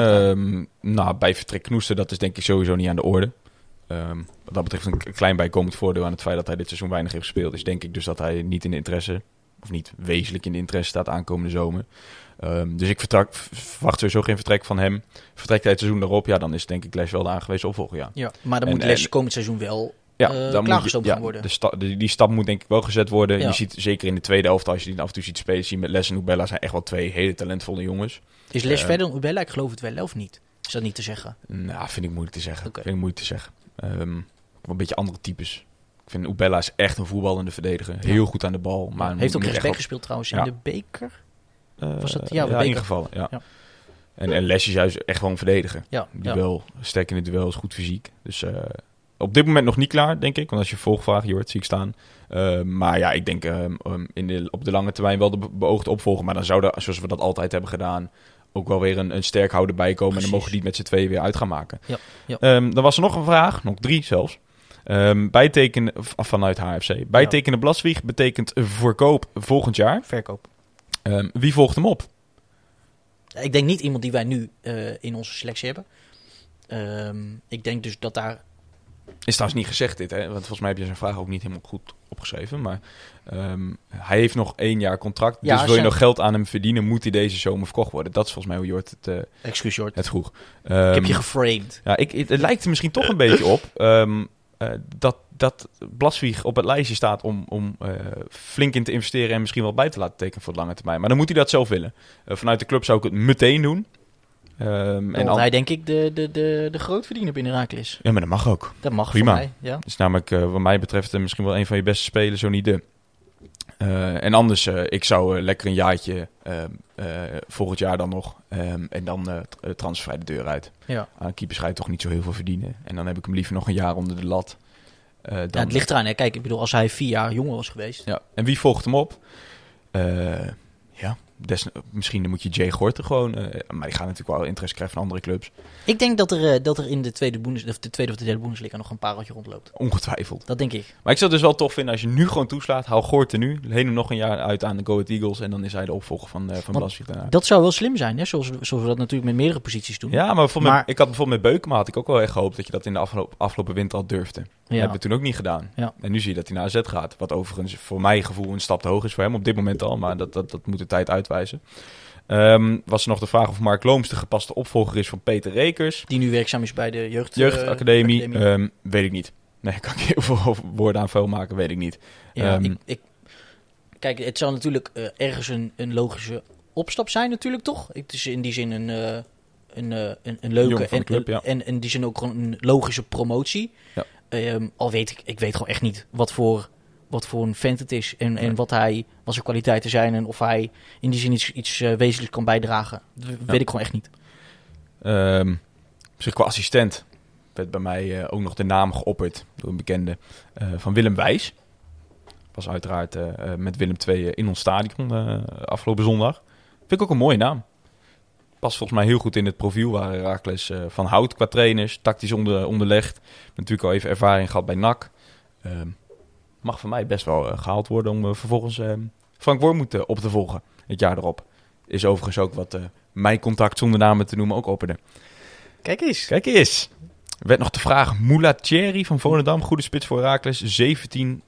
Speaker 5: Um, nou, bij vertrek Knoester, dat is denk ik sowieso niet aan de orde. Um, wat dat betreft een klein bijkomend voordeel aan het feit dat hij dit seizoen weinig heeft gespeeld. Is denk ik dus dat hij niet in de interesse, of niet wezenlijk in de interesse staat aankomende zomer. Um, dus ik vertrak, verwacht sowieso geen vertrek van hem. Vertrekt hij het seizoen daarop, ja, dan is denk ik Les wel de aangewezen opvolger, ja.
Speaker 4: Ja, maar dan
Speaker 5: en,
Speaker 4: moet Les
Speaker 5: en,
Speaker 4: komend seizoen wel
Speaker 5: ja,
Speaker 4: uh,
Speaker 5: dan
Speaker 4: klaargestoomd
Speaker 5: ja,
Speaker 4: gaan worden.
Speaker 5: De sta, de, die stap moet denk ik wel gezet worden.
Speaker 4: Ja.
Speaker 5: Je ziet zeker in de tweede helft, als je die af en toe ziet spelen, zie je met Les en Ubella zijn echt wel twee hele talentvolle jongens.
Speaker 4: Is Les
Speaker 5: uh,
Speaker 4: verder dan Ubella? Ik geloof het wel of niet? Is dat niet te zeggen?
Speaker 5: Nou, vind ik moeilijk te zeggen.
Speaker 4: Okay.
Speaker 5: Vind ik moeilijk te zeggen. Um, een beetje andere types. Ik vind Ubella is echt een voetballende verdediger. Heel ja. goed aan de bal. Maar
Speaker 4: heeft ook
Speaker 5: rechtsback
Speaker 4: wel... gespeeld trouwens in ja. de beker.
Speaker 5: Uh,
Speaker 4: Was dat? Ja,
Speaker 5: ja,
Speaker 4: de beker.
Speaker 5: ingevallen. Ja.
Speaker 4: Ja.
Speaker 5: En, en Les is juist echt wel een verdediger.
Speaker 4: Ja.
Speaker 5: Duel, ja. sterk in het duel, is goed fysiek. Dus uh, op dit moment nog niet klaar, denk ik. Want als je volgvraag hier hoort, zie ik staan. Uh, maar ja, ik denk um, um, in de, op de lange termijn wel de be- beoogde opvolger. Maar dan zou er, zoals we dat altijd hebben gedaan, ook wel weer een, een sterk houder bij komen. Precies. En dan mogen die het met z'n tweeën weer uit gaan maken.
Speaker 4: Ja. Ja.
Speaker 5: Um, dan was er nog een vraag, nog drie zelfs. Um, bijtekenen vanuit H F C. Bijtekenen ja. Blaswieg betekent verkoop volgend jaar.
Speaker 4: Verkoop.
Speaker 5: Um, wie volgt hem op?
Speaker 4: Ik denk niet iemand die wij nu uh, in onze selectie hebben. Um, ik denk dus dat daar...
Speaker 5: Is trouwens niet gezegd dit, hè? Want volgens mij heb je zijn vraag ook niet helemaal goed opgeschreven. Maar um, hij heeft nog één jaar contract. Ja, dus wil je nog geld aan hem verdienen, moet hij deze zomer verkocht worden. Dat is volgens mij hoe Jort het, uh,
Speaker 4: Excuus, Jort.
Speaker 5: het vroeg.
Speaker 4: Um, ik heb je geframed.
Speaker 5: Ja, ik, het, het lijkt er misschien toch een beetje op um, uh, dat, dat Blaswieg op het lijstje staat om, om uh, flink in te investeren en misschien wel bij te laten tekenen voor de lange termijn. Maar dan moet hij dat zelf willen. Uh, vanuit de club zou ik het meteen doen. Um,
Speaker 4: en al... hij denk ik de, de, de, de grootverdiener binnen Heracles.
Speaker 5: Ja, maar dat mag ook.
Speaker 4: Dat mag
Speaker 5: prima.
Speaker 4: Voor mij, ja.
Speaker 5: Dat is namelijk uh, wat mij betreft uh, misschien wel een van je beste spelers, zo niet de. Uh, en anders, uh, ik zou uh, lekker een jaartje uh, uh, volgend jaar dan nog. Um, en dan uh, transfervrij de deur uit.
Speaker 4: Ja.
Speaker 5: Aan keepers ga je toch niet zo heel veel verdienen. En dan heb ik hem liever nog een jaar onder de lat. Uh, dan...
Speaker 4: Ja, het ligt eraan. Hè. Kijk, ik bedoel, als hij vier jaar jonger was geweest.
Speaker 5: Ja. En wie volgt hem op? Uh, ja, des, misschien moet je Jay Gorter gewoon... Uh, maar die gaat natuurlijk wel interesse krijgen van andere clubs.
Speaker 4: Ik denk dat er, uh, dat er in de tweede, Bundes, of de tweede of de derde Bundesliga nog een pareltje rondloopt.
Speaker 5: Ongetwijfeld.
Speaker 4: Dat denk ik.
Speaker 5: Maar ik zou het dus wel tof vinden als je nu gewoon toeslaat. Hou Gorter nu. Leen hem nog een jaar uit aan de Go Ahead Eagles. En dan is hij de opvolger van, uh, van Blaswijk daarna.
Speaker 4: Dat zou wel slim zijn, hè? Zoals, zoals we dat natuurlijk met meerdere posities doen.
Speaker 5: Ja, maar, bijvoorbeeld
Speaker 4: maar
Speaker 5: met, ik had bijvoorbeeld met Beukema had ik ook wel echt gehoopt dat je dat in de afgelopen, afgelopen winter al durfde. Dat
Speaker 4: ja.
Speaker 5: hebben we toen ook niet gedaan.
Speaker 4: Ja.
Speaker 5: En nu zie je dat hij naar A Z gaat. Wat overigens voor mijn gevoel een stap te hoog is voor hem. Op dit moment al. Maar dat, dat, dat moet de tijd uitwijzen. Um, was er nog de vraag of Mark Looms de gepaste opvolger is van Peter Rekers.
Speaker 4: Die nu werkzaam is bij de jeugd,
Speaker 5: jeugdacademie.
Speaker 4: Uh,
Speaker 5: um, weet ik niet. Nee, kan ik heel veel woorden aan vuil maken, weet ik niet.
Speaker 4: Ja,
Speaker 5: um,
Speaker 4: ik, ik, kijk, het zou natuurlijk uh, ergens een, een logische opstap zijn natuurlijk, toch? Het is in die zin een, uh, een, uh, een, een leuke en,
Speaker 5: club, ja.
Speaker 4: en in die zin ook gewoon een logische promotie.
Speaker 5: Ja.
Speaker 4: Um, al weet ik, ik weet gewoon echt niet wat voor... wat voor een vent het is en, en wat, hij, wat zijn kwaliteiten zijn en of hij in die zin iets, iets uh, wezenlijks kan bijdragen. Dat ja. weet ik gewoon echt niet.
Speaker 5: Um, misschien qua assistent werd bij mij uh, ook nog de naam geopperd door een bekende uh, van Willem Wijs. Was uiteraard uh, uh, met Willem twee in ons stadion uh, afgelopen zondag. Vind ik ook een mooie naam. Past volgens mij heel goed in het profiel waar Heracles uh, van houdt qua trainers. Tactisch onder, onderlegd. Natuurlijk al even ervaring gehad bij N A C. Um, Mag van mij best wel uh, gehaald worden om uh, vervolgens uh, Frank Wormoed uh, op te volgen. Het jaar erop. Is overigens ook wat uh, mijn contact zonder namen te noemen ook opperde.
Speaker 4: Kijk eens.
Speaker 5: Kijk eens. Er werd nog de vraag. Moulatieri van Volendam. Goede spits voor Heracles. zeventien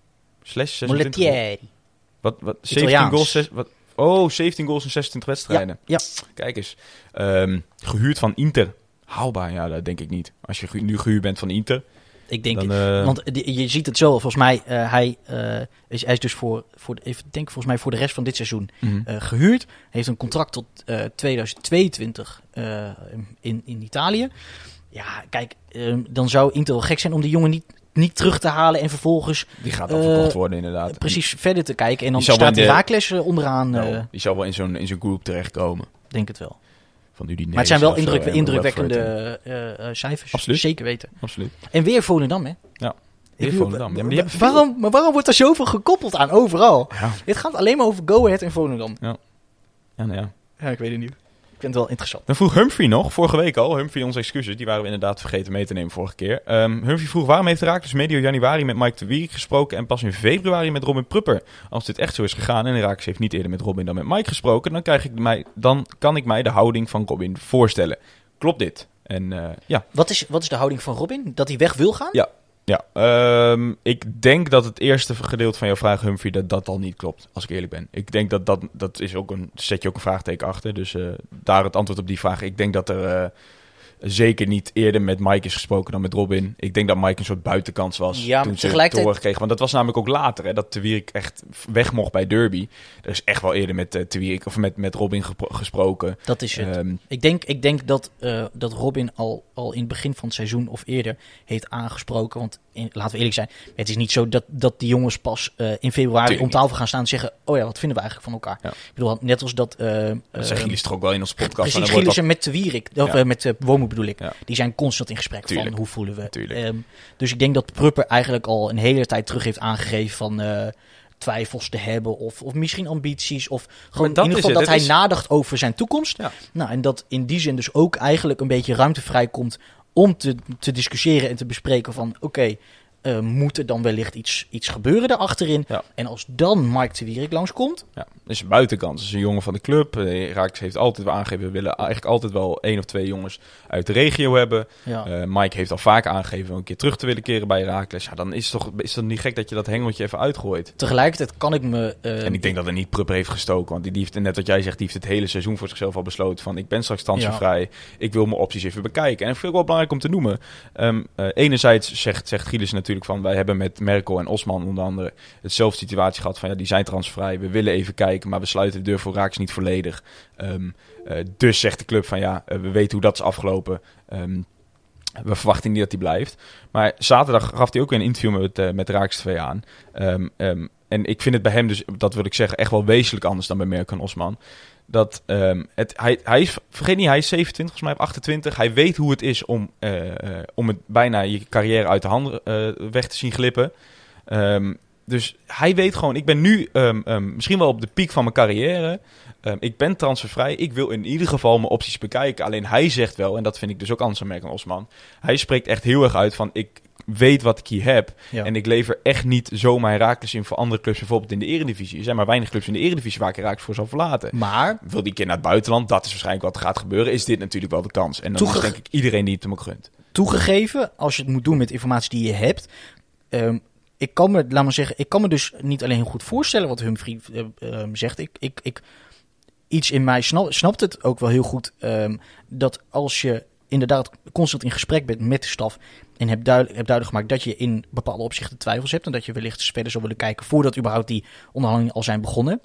Speaker 5: slash zesentwintig.
Speaker 4: Moulatieri.
Speaker 5: Wat? wat zeventien goals. zes, wat, oh, zeventien goals in zesentwintig wedstrijden.
Speaker 4: Ja. ja.
Speaker 5: Kijk eens. Um, gehuurd van Inter. Haalbaar? Ja, dat denk ik niet. Als je nu gehuurd bent van Inter...
Speaker 4: Ik denk,
Speaker 5: dan, uh...
Speaker 4: want je ziet het zo, volgens mij, uh, hij, uh, is, hij is dus voor, voor de, even denk volgens mij voor de rest van dit seizoen
Speaker 5: mm-hmm.
Speaker 4: uh, gehuurd. Hij heeft een contract tot uh, tweeduizend tweeëntwintig uh, in, in Italië. Ja, kijk, uh, dan zou Inter wel gek zijn om die jongen niet, niet terug te halen en vervolgens...
Speaker 5: Die gaat dan uh, verkocht worden, inderdaad.
Speaker 4: Precies, en verder te kijken. En dan
Speaker 5: de...
Speaker 4: staat Heracles uh, onderaan.
Speaker 5: Nou,
Speaker 4: uh,
Speaker 5: die zou wel in zo'n, in zo'n groep terechtkomen.
Speaker 4: Denk het wel.
Speaker 5: Van Udinese
Speaker 4: maar het zijn wel indruk,
Speaker 5: zo,
Speaker 4: indrukwekkende uh, uh, cijfers.
Speaker 5: Absoluut.
Speaker 4: Zeker weten.
Speaker 5: Absoluut.
Speaker 4: En weer Volendam, hè?
Speaker 5: Ja, weer
Speaker 4: ik
Speaker 5: Volendam. Ja, maar die
Speaker 4: waarom, maar waarom wordt er zoveel gekoppeld aan overal?
Speaker 5: Ja.
Speaker 4: Het gaat alleen maar over Go Ahead en Volendam.
Speaker 5: Ja. Ja, nou ja.
Speaker 4: Ja, ik weet het niet. Ik vind het wel interessant.
Speaker 5: Dan vroeg Humphrey nog, vorige week al. Humphrey, onze excuses, die waren we inderdaad vergeten mee te nemen vorige keer. Um, Humphrey vroeg, waarom heeft Heracles medio januari met Mike de Wierik gesproken en pas in februari met Robin Prupper? Als dit echt zo is gegaan en Heracles heeft niet eerder met Robin dan met Mike gesproken, dan, krijg ik mij, dan kan ik mij de houding van Robin voorstellen. Klopt dit? En uh, ja.
Speaker 4: Wat is, wat is de houding van Robin? Dat hij weg wil gaan?
Speaker 5: Ja. Ja, um, ik denk dat het eerste gedeelte van jouw vraag, Humphrey, dat dat al niet klopt, als ik eerlijk ben. Ik denk dat dat, dat is ook een, zet je ook een vraagteken achter. Dus uh, daar het antwoord op die vraag. Ik denk dat er uh, zeker niet eerder met Mike is gesproken dan met Robin. Ik denk dat Mike een soort buitenkans was
Speaker 4: ja,
Speaker 5: toen ze
Speaker 4: tegelijkertijd...
Speaker 5: te horen kregen. Want dat was namelijk ook later, hè, dat Te Wierik echt weg mocht bij Derby. Er is echt wel eerder met uh, Te Wierik of met, met Robin gepro- gesproken.
Speaker 4: Dat is het.
Speaker 5: Um,
Speaker 4: ik denk, ik denk dat, uh, dat Robin al, al in het begin van het seizoen of eerder heeft aangesproken. Want in, laten we eerlijk zijn, het is niet zo dat, dat die jongens pas uh, in februari Tuurlijk om tafel niet. gaan staan en zeggen, oh ja, wat vinden we eigenlijk van elkaar? Ja. Ik bedoel, net als dat... Uh,
Speaker 5: dat zeggen jullie toch ook wel in onze podcast.
Speaker 4: Precies, Gilles
Speaker 5: dat...
Speaker 4: met Te Wierik, of ja. uh, met uh, Wormoed bedoel ik.
Speaker 5: Ja.
Speaker 4: Die zijn constant in gesprek
Speaker 5: Tuurlijk.
Speaker 4: van hoe voelen we.
Speaker 5: Um,
Speaker 4: dus ik denk dat Prupper eigenlijk al een hele tijd terug heeft aangegeven van... Uh, twijfels te hebben of, of misschien ambities of gewoon in ieder geval dat hij is... nadacht over zijn toekomst. Ja. Nou, en dat in die zin dus ook eigenlijk een beetje ruimte vrijkomt om te, te discussiëren en te bespreken van oké, okay, uh, moet er dan wellicht iets, iets gebeuren daarachterin? Ja. En als dan Mike Te Wierik langskomt...
Speaker 5: Ja, dat is een buitenkant. Dat is een jongen van de club. Heracles heeft altijd wel aangegeven, we willen eigenlijk altijd wel één of twee jongens uit de regio hebben. Ja. Uh, Mike heeft al vaak aangegeven om een keer terug te willen keren bij Heracles. Ja, dan is het toch is het niet gek dat je dat hengeltje even uitgooit.
Speaker 4: Tegelijkertijd kan ik me... Uh,
Speaker 5: en ik denk dat er niet Prupper heeft gestoken. Want die, die heeft, net wat jij zegt, die heeft het hele seizoen voor zichzelf al besloten van ik ben straks transfervrij. Ja. Ik wil mijn opties even bekijken. En dat vind ik wel belangrijk om te noemen. Um, uh, enerzijds zegt, zegt Gilles natuurlijk van wij hebben met Merkel en Osman onder andere hetzelfde situatie gehad van ja, die zijn transfervrij. We willen even kijken, maar we sluiten de deur voor Heracles niet volledig. Um, uh, dus zegt de club van ja, uh, we weten hoe dat is afgelopen. Um, we verwachten niet dat hij blijft. Maar zaterdag gaf hij ook weer een interview met, uh, met Heracles T V aan. Um, um, en ik vind het bij hem dus, dat wil ik zeggen, echt wel wezenlijk anders dan bij Merkan Osman. Dat, um, het, hij, hij is, vergeet niet, hij is zevenentwintig, volgens mij, of achtentwintig. Hij weet hoe het is om, uh, uh, om het bijna je carrière uit de handen uh, weg te zien glippen. Um, dus hij weet gewoon, ik ben nu um, um, misschien wel op de piek van mijn carrière. Um, ik ben transfervrij. Ik wil in ieder geval mijn opties bekijken. Alleen hij zegt wel, en dat vind ik dus ook anders dan Merkan Osman. Hij spreekt echt heel erg uit van, ik weet wat ik hier heb. Ja. En ik lever echt niet zomaar Heracles in voor andere clubs, bijvoorbeeld in de Eredivisie. Er zijn maar weinig clubs in de Eredivisie waar ik Heracles voor zal verlaten.
Speaker 4: Maar
Speaker 5: wil die keer naar het buitenland, dat is waarschijnlijk wat er gaat gebeuren, is dit natuurlijk wel de kans. En dan Toege- is denk ik iedereen die het hem ook gunt.
Speaker 4: Toegegeven, als je het moet doen met informatie die je hebt. Um, ik kan me, laat maar zeggen, ik kan me dus niet alleen heel goed voorstellen wat Humphrey uh, um, zegt. Ik, ik, ik, iets in mij snap, snapt het ook wel heel goed. Um, dat als je inderdaad constant in gesprek bent met de staf en hebt duidelijk, hebt duidelijk gemaakt dat je in bepaalde opzichten twijfels hebt en dat je wellicht verder zou willen kijken voordat überhaupt die onderhandelingen al zijn begonnen.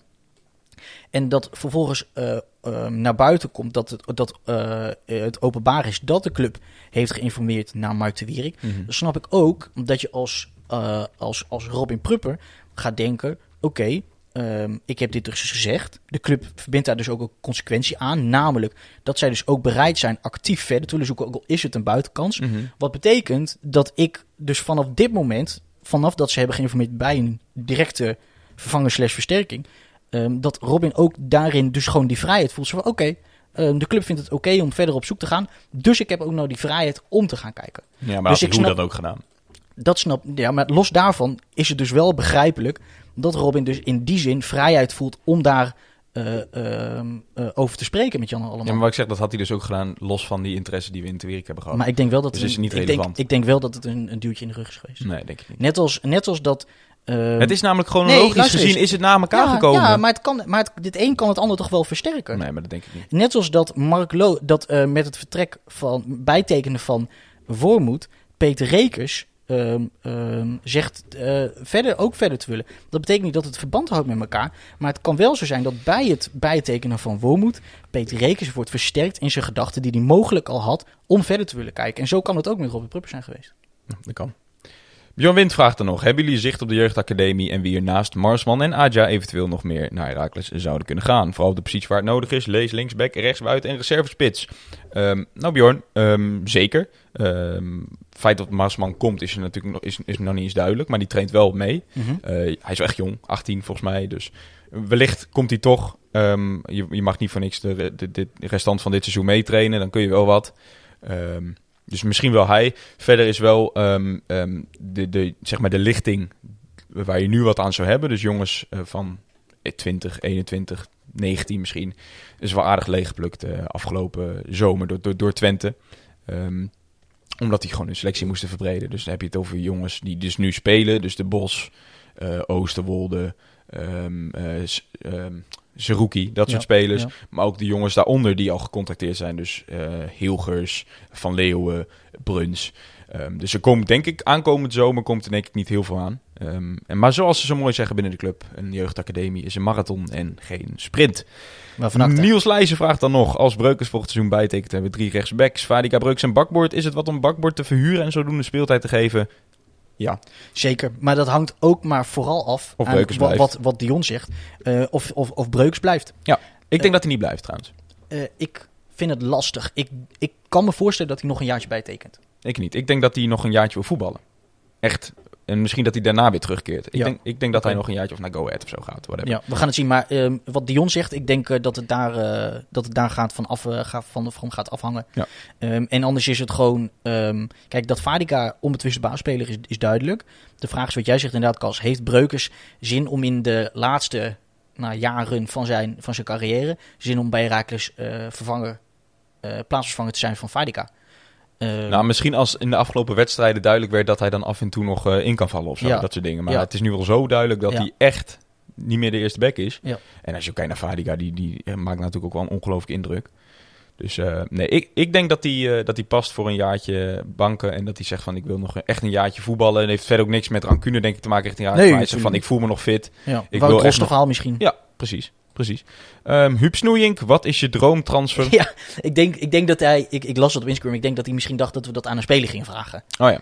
Speaker 4: En dat vervolgens uh, uh, naar buiten komt dat het, dat, uh, het openbaar is dat de club heeft geïnformeerd naar Mark de Wierik. Mm-hmm. Dan snap ik ook dat je als, uh, als, als Robin Prupper gaat denken, oké, okay, Um, ik heb dit dus gezegd. De club verbindt daar dus ook een consequentie aan. Namelijk dat zij dus ook bereid zijn actief verder te willen zoeken. Ook al is het een buitenkans. Mm-hmm. Wat betekent dat ik dus vanaf dit moment, vanaf dat ze hebben geïnformeerd bij een directe vervanger slash versterking, um, dat Robin ook daarin dus gewoon die vrijheid voelt. Zo van oké, okay, um, de club vindt het oké okay om verder op zoek te gaan. Dus ik heb ook nou die vrijheid om te gaan kijken.
Speaker 5: Ja, maar
Speaker 4: dus
Speaker 5: ik hoe snap, dat ook gedaan?
Speaker 4: Dat snap, ja, maar los daarvan is het dus wel begrijpelijk dat Robin dus in die zin vrijheid voelt om daar uh, uh, uh, over te spreken met Jan allemaal.
Speaker 5: Ja, maar wat ik zeg, dat had hij dus ook gedaan, los van die interesse die we in Te Wierik hebben gehad.
Speaker 4: Maar ik denk wel dat
Speaker 5: dus
Speaker 4: het,
Speaker 5: is het niet
Speaker 4: ik
Speaker 5: relevant.
Speaker 4: Denk, ik denk wel dat het een, een duwtje in de rug is geweest.
Speaker 5: Nee, denk ik niet.
Speaker 4: Net als, net als dat. Uh,
Speaker 5: het is namelijk chronologisch nee, gezien, is het na elkaar
Speaker 4: ja,
Speaker 5: gekomen.
Speaker 4: Ja, maar, het kan, maar het, dit een kan het ander toch wel versterken.
Speaker 5: Nee, maar dat denk ik niet.
Speaker 4: Net als dat Mark Lo, dat uh, met het vertrek van bijtekenen van Wormoed, Peter Rekers Um, um, zegt uh, verder, ook verder te willen. Dat betekent niet dat het verband houdt met elkaar. Maar het kan wel zo zijn dat bij het bijtekenen van Wormoed Peter Rekers wordt versterkt in zijn gedachten die hij mogelijk al had om verder te willen kijken. En zo kan het ook met Robin Prupper zijn geweest.
Speaker 5: Ja, dat kan. Bjorn Wind vraagt dan nog: hebben jullie zicht op de jeugdacademie en wie er naast Marsman en Adja eventueel nog meer naar Heracles zouden kunnen gaan? Vooral op de positie waar het nodig is. Lees linksback, rechtsbuiten en reservespits. Um, nou Bjorn, um, zeker. Um, het feit dat Marsman komt is, er natuurlijk nog, is, is nog niet eens duidelijk, maar die traint wel mee. Mm-hmm. Uh, hij is wel echt jong, achttien volgens mij. Dus wellicht komt hij toch. Um, je, je mag niet voor niks de, de, de, de restant van dit seizoen meetrainen. Dan kun je wel wat. Um, Dus misschien wel hij. Verder is wel um, um, de, de, zeg maar de lichting waar je nu wat aan zou hebben. Dus jongens uh, van twintig, eenentwintig, negentien misschien. Is wel aardig leeggeplukt uh, afgelopen zomer door, door, door Twente. Um, omdat die gewoon hun selectie moesten verbreden. Dus dan heb je het over jongens die dus nu spelen. Dus de Bos, uh, Oosterwolde, um, uh, um, Zerouki, dat soort ja, spelers. Ja. Maar ook de jongens daaronder die al gecontacteerd zijn. Dus uh, Hilgers, Van Leeuwen, Bruns. Um, dus er komt, denk ik, aankomend zomer komt er denk ik niet heel veel aan. Um, en, maar zoals ze zo mooi zeggen binnen de club, een jeugdacademie is een marathon en geen sprint. Niels Leijzen vraagt dan nog: als Breukers volgend seizoen bijtekent, hebben we drie rechtsbacks, Vadika, Breukers en Bakboord. Is het wat om Bakboord te verhuren en zodoende speeltijd te geven? Ja.
Speaker 4: Zeker, maar dat hangt ook maar vooral af
Speaker 5: of
Speaker 4: aan wat, wat, wat Dion zegt. Uh, of, of, of Breukers blijft.
Speaker 5: Ja, ik denk uh, dat hij niet blijft trouwens.
Speaker 4: Uh, ik vind het lastig. Ik, ik kan me voorstellen dat hij nog een jaartje bijtekent.
Speaker 5: Ik niet. Ik denk dat hij nog een jaartje wil voetballen. Echt. En misschien dat hij daarna weer terugkeert. Ik, ja. denk, ik denk dat okay. hij nog een jaartje of naar Go Ahead of zo gaat. Whatever.
Speaker 4: Ja, we gaan het zien. Maar uh, wat Dion zegt, ik denk uh, dat het daar, uh, dat het daar gaat van, af, uh, gaat, van, van gaat afhangen. Ja. Um, en anders is het gewoon... Um, kijk, dat Vadika onbetwiste baasspeler is, is duidelijk. De vraag is wat jij zegt inderdaad, Cas. Heeft Breukers zin om in de laatste nou, jaren van zijn, van zijn carrière... zin om bij Heracles uh, vervanger, uh, plaatsvervanger te zijn van Vadika?
Speaker 5: Uh, nou, misschien als in de afgelopen wedstrijden duidelijk werd dat hij dan af en toe nog uh, in kan vallen of zo, ja. dat soort dingen. Maar ja. het is nu wel zo duidelijk dat ja. hij echt niet meer de eerste back is. Ja. En als je kijkt naar Vadika, die, die maakt natuurlijk ook wel een ongelooflijke indruk. Dus uh, nee, ik, ik denk dat hij, uh, dat hij past voor een jaartje banken en dat hij zegt van ik wil nog echt een jaartje voetballen. En heeft verder ook niks met rancune denk ik te maken richting Heracles. Nee, hij zegt van ik voel me nog fit.
Speaker 4: Ja.
Speaker 5: Ik
Speaker 4: wil echt nog verhaal misschien.
Speaker 5: Ja, precies. Precies. Um, Huub Snoeijink, wat is je droomtransfer?
Speaker 4: Ja, ik denk, ik denk dat hij... Ik, ik las het op Instagram. Ik denk dat hij misschien dacht dat we dat aan een speler gingen vragen.
Speaker 5: Oh ja.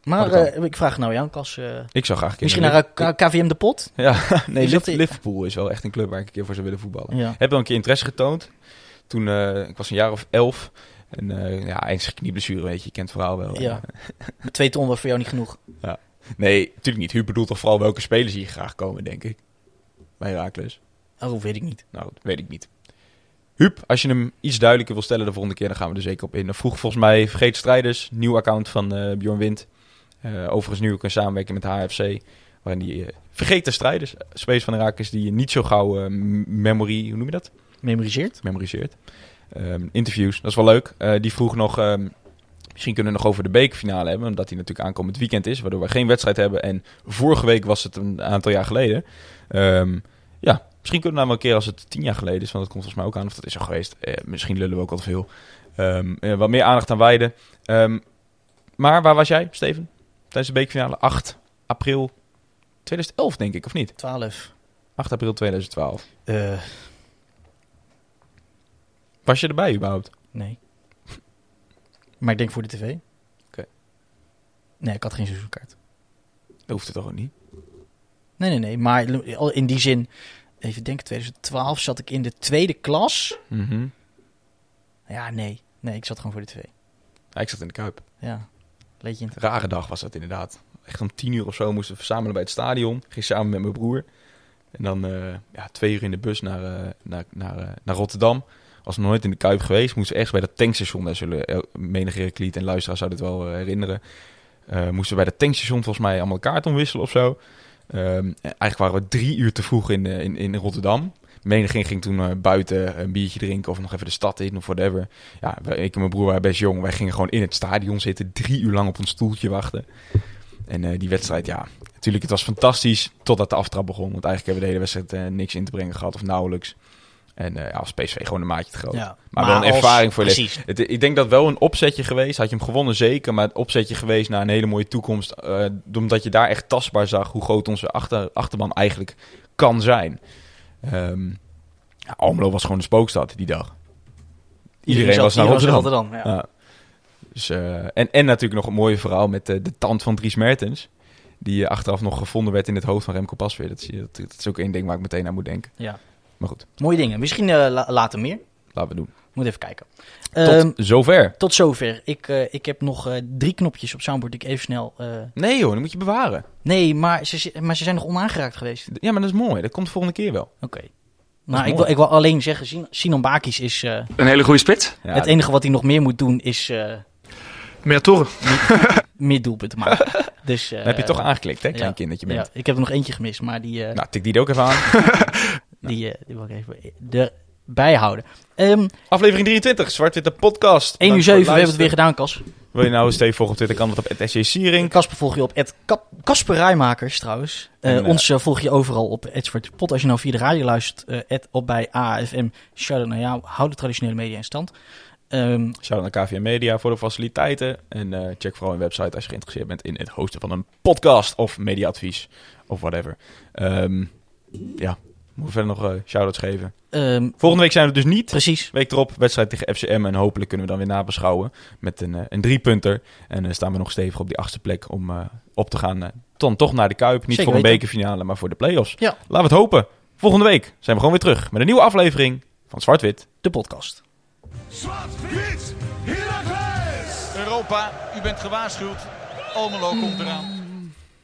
Speaker 4: Maar
Speaker 5: dat kan.
Speaker 4: uh, ik vraag nou jou, Cas. Uh,
Speaker 5: Ik zou graag een keer
Speaker 4: misschien naar uh, K- KVM de Pot?
Speaker 5: Ja, nee,
Speaker 4: Is dat
Speaker 5: Liv-
Speaker 4: die-
Speaker 5: Liverpool is wel echt een club waar ik een keer voor zou willen voetballen.
Speaker 4: Ja.
Speaker 5: Heb wel een keer interesse getoond. Toen, uh, ik was een jaar of elf. En uh, ja, eens knieblessure, weet je. Je kent het verhaal wel.
Speaker 4: Ja. Met twee ton was voor jou niet genoeg.
Speaker 5: Nee, natuurlijk niet. Huub bedoelt toch vooral welke spelers hier graag komen, denk ik. Bij Heracles.
Speaker 4: Oh, weet ik niet.
Speaker 5: Nou, dat weet ik niet. Huub, als je hem iets duidelijker wil stellen de volgende keer, dan gaan we er zeker op in. Dan vroeg volgens mij Vergeet Strijders, nieuw account van uh, Bjorn Wind. Uh, overigens nu ook een samenwerking met H F C. Waarin die uh, Vergeten Strijders, spelers van Heracles die je niet zo gauw uh, memory, hoe noem je dat?
Speaker 4: Memoriseert?
Speaker 5: Memoriseert. Um, interviews, dat is wel leuk. Uh, die vroeg nog, um, misschien kunnen we nog over de bekerfinale hebben, omdat die natuurlijk aankomend weekend is, waardoor we geen wedstrijd hebben. En vorige week was het een aantal jaar geleden. Um, ja, misschien kunnen we nou wel een keer als het tien jaar geleden is, want dat komt volgens mij ook aan, of dat is al geweest. Uh, misschien lullen we ook al te veel. Um, uh, wat meer aandacht aan wijden. Um, maar waar was jij, Steven? Tijdens de bekerfinale acht april tweeduizend elf, denk ik, of niet?
Speaker 4: twaalf.
Speaker 5: acht april tweeduizend twaalf.
Speaker 4: Uh,
Speaker 5: Was je erbij überhaupt?
Speaker 4: nee. Maar ik denk voor de tv. Oké.
Speaker 5: Okay.
Speaker 4: Nee, ik had geen seizoenkaart.
Speaker 5: Dat hoeft het toch ook niet?
Speaker 4: Nee, nee, nee. Maar in die zin, even denken, tweeduizend twaalf zat ik in de tweede klas.
Speaker 5: Mm-hmm.
Speaker 4: Ja, nee. Nee, ik zat gewoon voor de tv.
Speaker 5: Ja, ik zat in de Kuip.
Speaker 4: Ja, legend.
Speaker 5: Rare dag was dat inderdaad. Echt om tien uur of zo moesten we verzamelen bij het stadion. Ging samen met mijn broer. En dan uh, ja, twee uur in de bus naar, uh, naar, naar, uh, naar Rotterdam. Was nog nooit in de Kuip geweest. Moesten ergens bij dat tankstation. Daar zullen menig Heracliet en luisteraars zou dit wel uh, herinneren. Uh, moesten we bij dat tankstation volgens mij allemaal kaart omwisselen of zo. Um, eigenlijk waren we drie uur te vroeg in, uh, in, in Rotterdam. Menigeen ging toen uh, buiten een biertje drinken of nog even de stad in of whatever. Ja, wij, ik en mijn broer waren best jong. Wij gingen gewoon in het stadion zitten. Drie uur lang op ons stoeltje wachten. En uh, die wedstrijd, ja, natuurlijk, het was fantastisch totdat de aftrap begon. Want eigenlijk hebben we de hele wedstrijd uh, niks in te brengen gehad of nauwelijks. En uh, ja, als P S V gewoon een maatje te groot. Ja, maar, maar wel een als, ervaring voor je leven. Het, ik denk dat wel een opzetje geweest. Had je hem gewonnen zeker. Maar het opzetje geweest naar een hele mooie toekomst. Uh, omdat je daar echt tastbaar zag hoe groot onze achter, achterban eigenlijk kan zijn. Um, ja, Almelo was gewoon een spookstad die dag. Iedereen, Iedereen was naar Rotterdam. Rotterdam ja. Ja. Dus, uh, en, en natuurlijk nog een mooie verhaal met uh, de tand van Dries Mertens. Die uh, achteraf nog gevonden werd in het hoofd van Remco Pasveer. Dat, dat, dat is ook één ding waar ik meteen aan moet denken. Ja. Maar goed.
Speaker 4: Mooie dingen. Misschien uh, la- later meer.
Speaker 5: Laten we doen.
Speaker 4: Moet even kijken.
Speaker 5: Tot um, zover.
Speaker 4: Tot zover. Ik, uh, ik heb nog uh, drie knopjes op soundboard die ik even snel... Uh...
Speaker 5: Nee joh, die moet je bewaren.
Speaker 4: Nee, maar ze, maar ze zijn nog onaangeraakt geweest.
Speaker 5: Ja, maar dat is mooi. Dat komt de volgende keer wel.
Speaker 4: Oké. Okay. Nou, ik wil, ik wil alleen zeggen, Sinan Bakis is... Uh,
Speaker 8: een hele goede spits.
Speaker 4: Ja, het enige wat hij nog meer moet doen is... Uh,
Speaker 6: meer toren.
Speaker 4: Meer, meer doelpunten maken. Dus, uh,
Speaker 5: Dan heb je toch aangeklikt, hè, klein
Speaker 4: ja,
Speaker 5: kindertje bent.
Speaker 4: Ja, ik heb er nog eentje gemist, maar die... Uh,
Speaker 5: nou, tik die er ook even aan.
Speaker 4: die, uh, die wil ik even erbij houden. Um,
Speaker 5: Aflevering drieëntwintig, Zwart-Witte podcast.
Speaker 4: één uur zeven, we hebben het weer gedaan, Cas.
Speaker 5: Wil je nou Steve volgen op Twitter, kan dat op at S J Siering.
Speaker 4: Kasper volg je op Kasper Rijmakers trouwens. Uh, en, uh, ons uh, volg je overal op at Zwarte Pot. Als je nou via de radio luistert, uh, at op bij A F M. Shout-out naar jou, hou de traditionele media in stand. Um,
Speaker 5: Shout-out naar K V M Media voor de faciliteiten. En uh, check vooral hun website als je geïnteresseerd bent in het hosten van een podcast of mediaadvies of whatever. Um, ja, moeten we verder nog uh, shout-outs geven. Um, Volgende week zijn we dus niet.
Speaker 4: Precies.
Speaker 5: Week erop, wedstrijd tegen F C M. En hopelijk kunnen we dan weer nabeschouwen met een, uh, een driepunter. En dan uh, staan we nog stevig op die achtste plek om uh, op te gaan. Uh, dan toch naar de Kuip. Niet Zeker voor een weten. bekerfinale, maar voor de play-offs. Ja. Laten we het hopen. Volgende week zijn we gewoon weer terug met een nieuwe aflevering van Zwart-Wit,
Speaker 4: de podcast.
Speaker 1: Zwart-Wit, Heracles!
Speaker 2: Europa, u bent gewaarschuwd. Almelo komt eraan.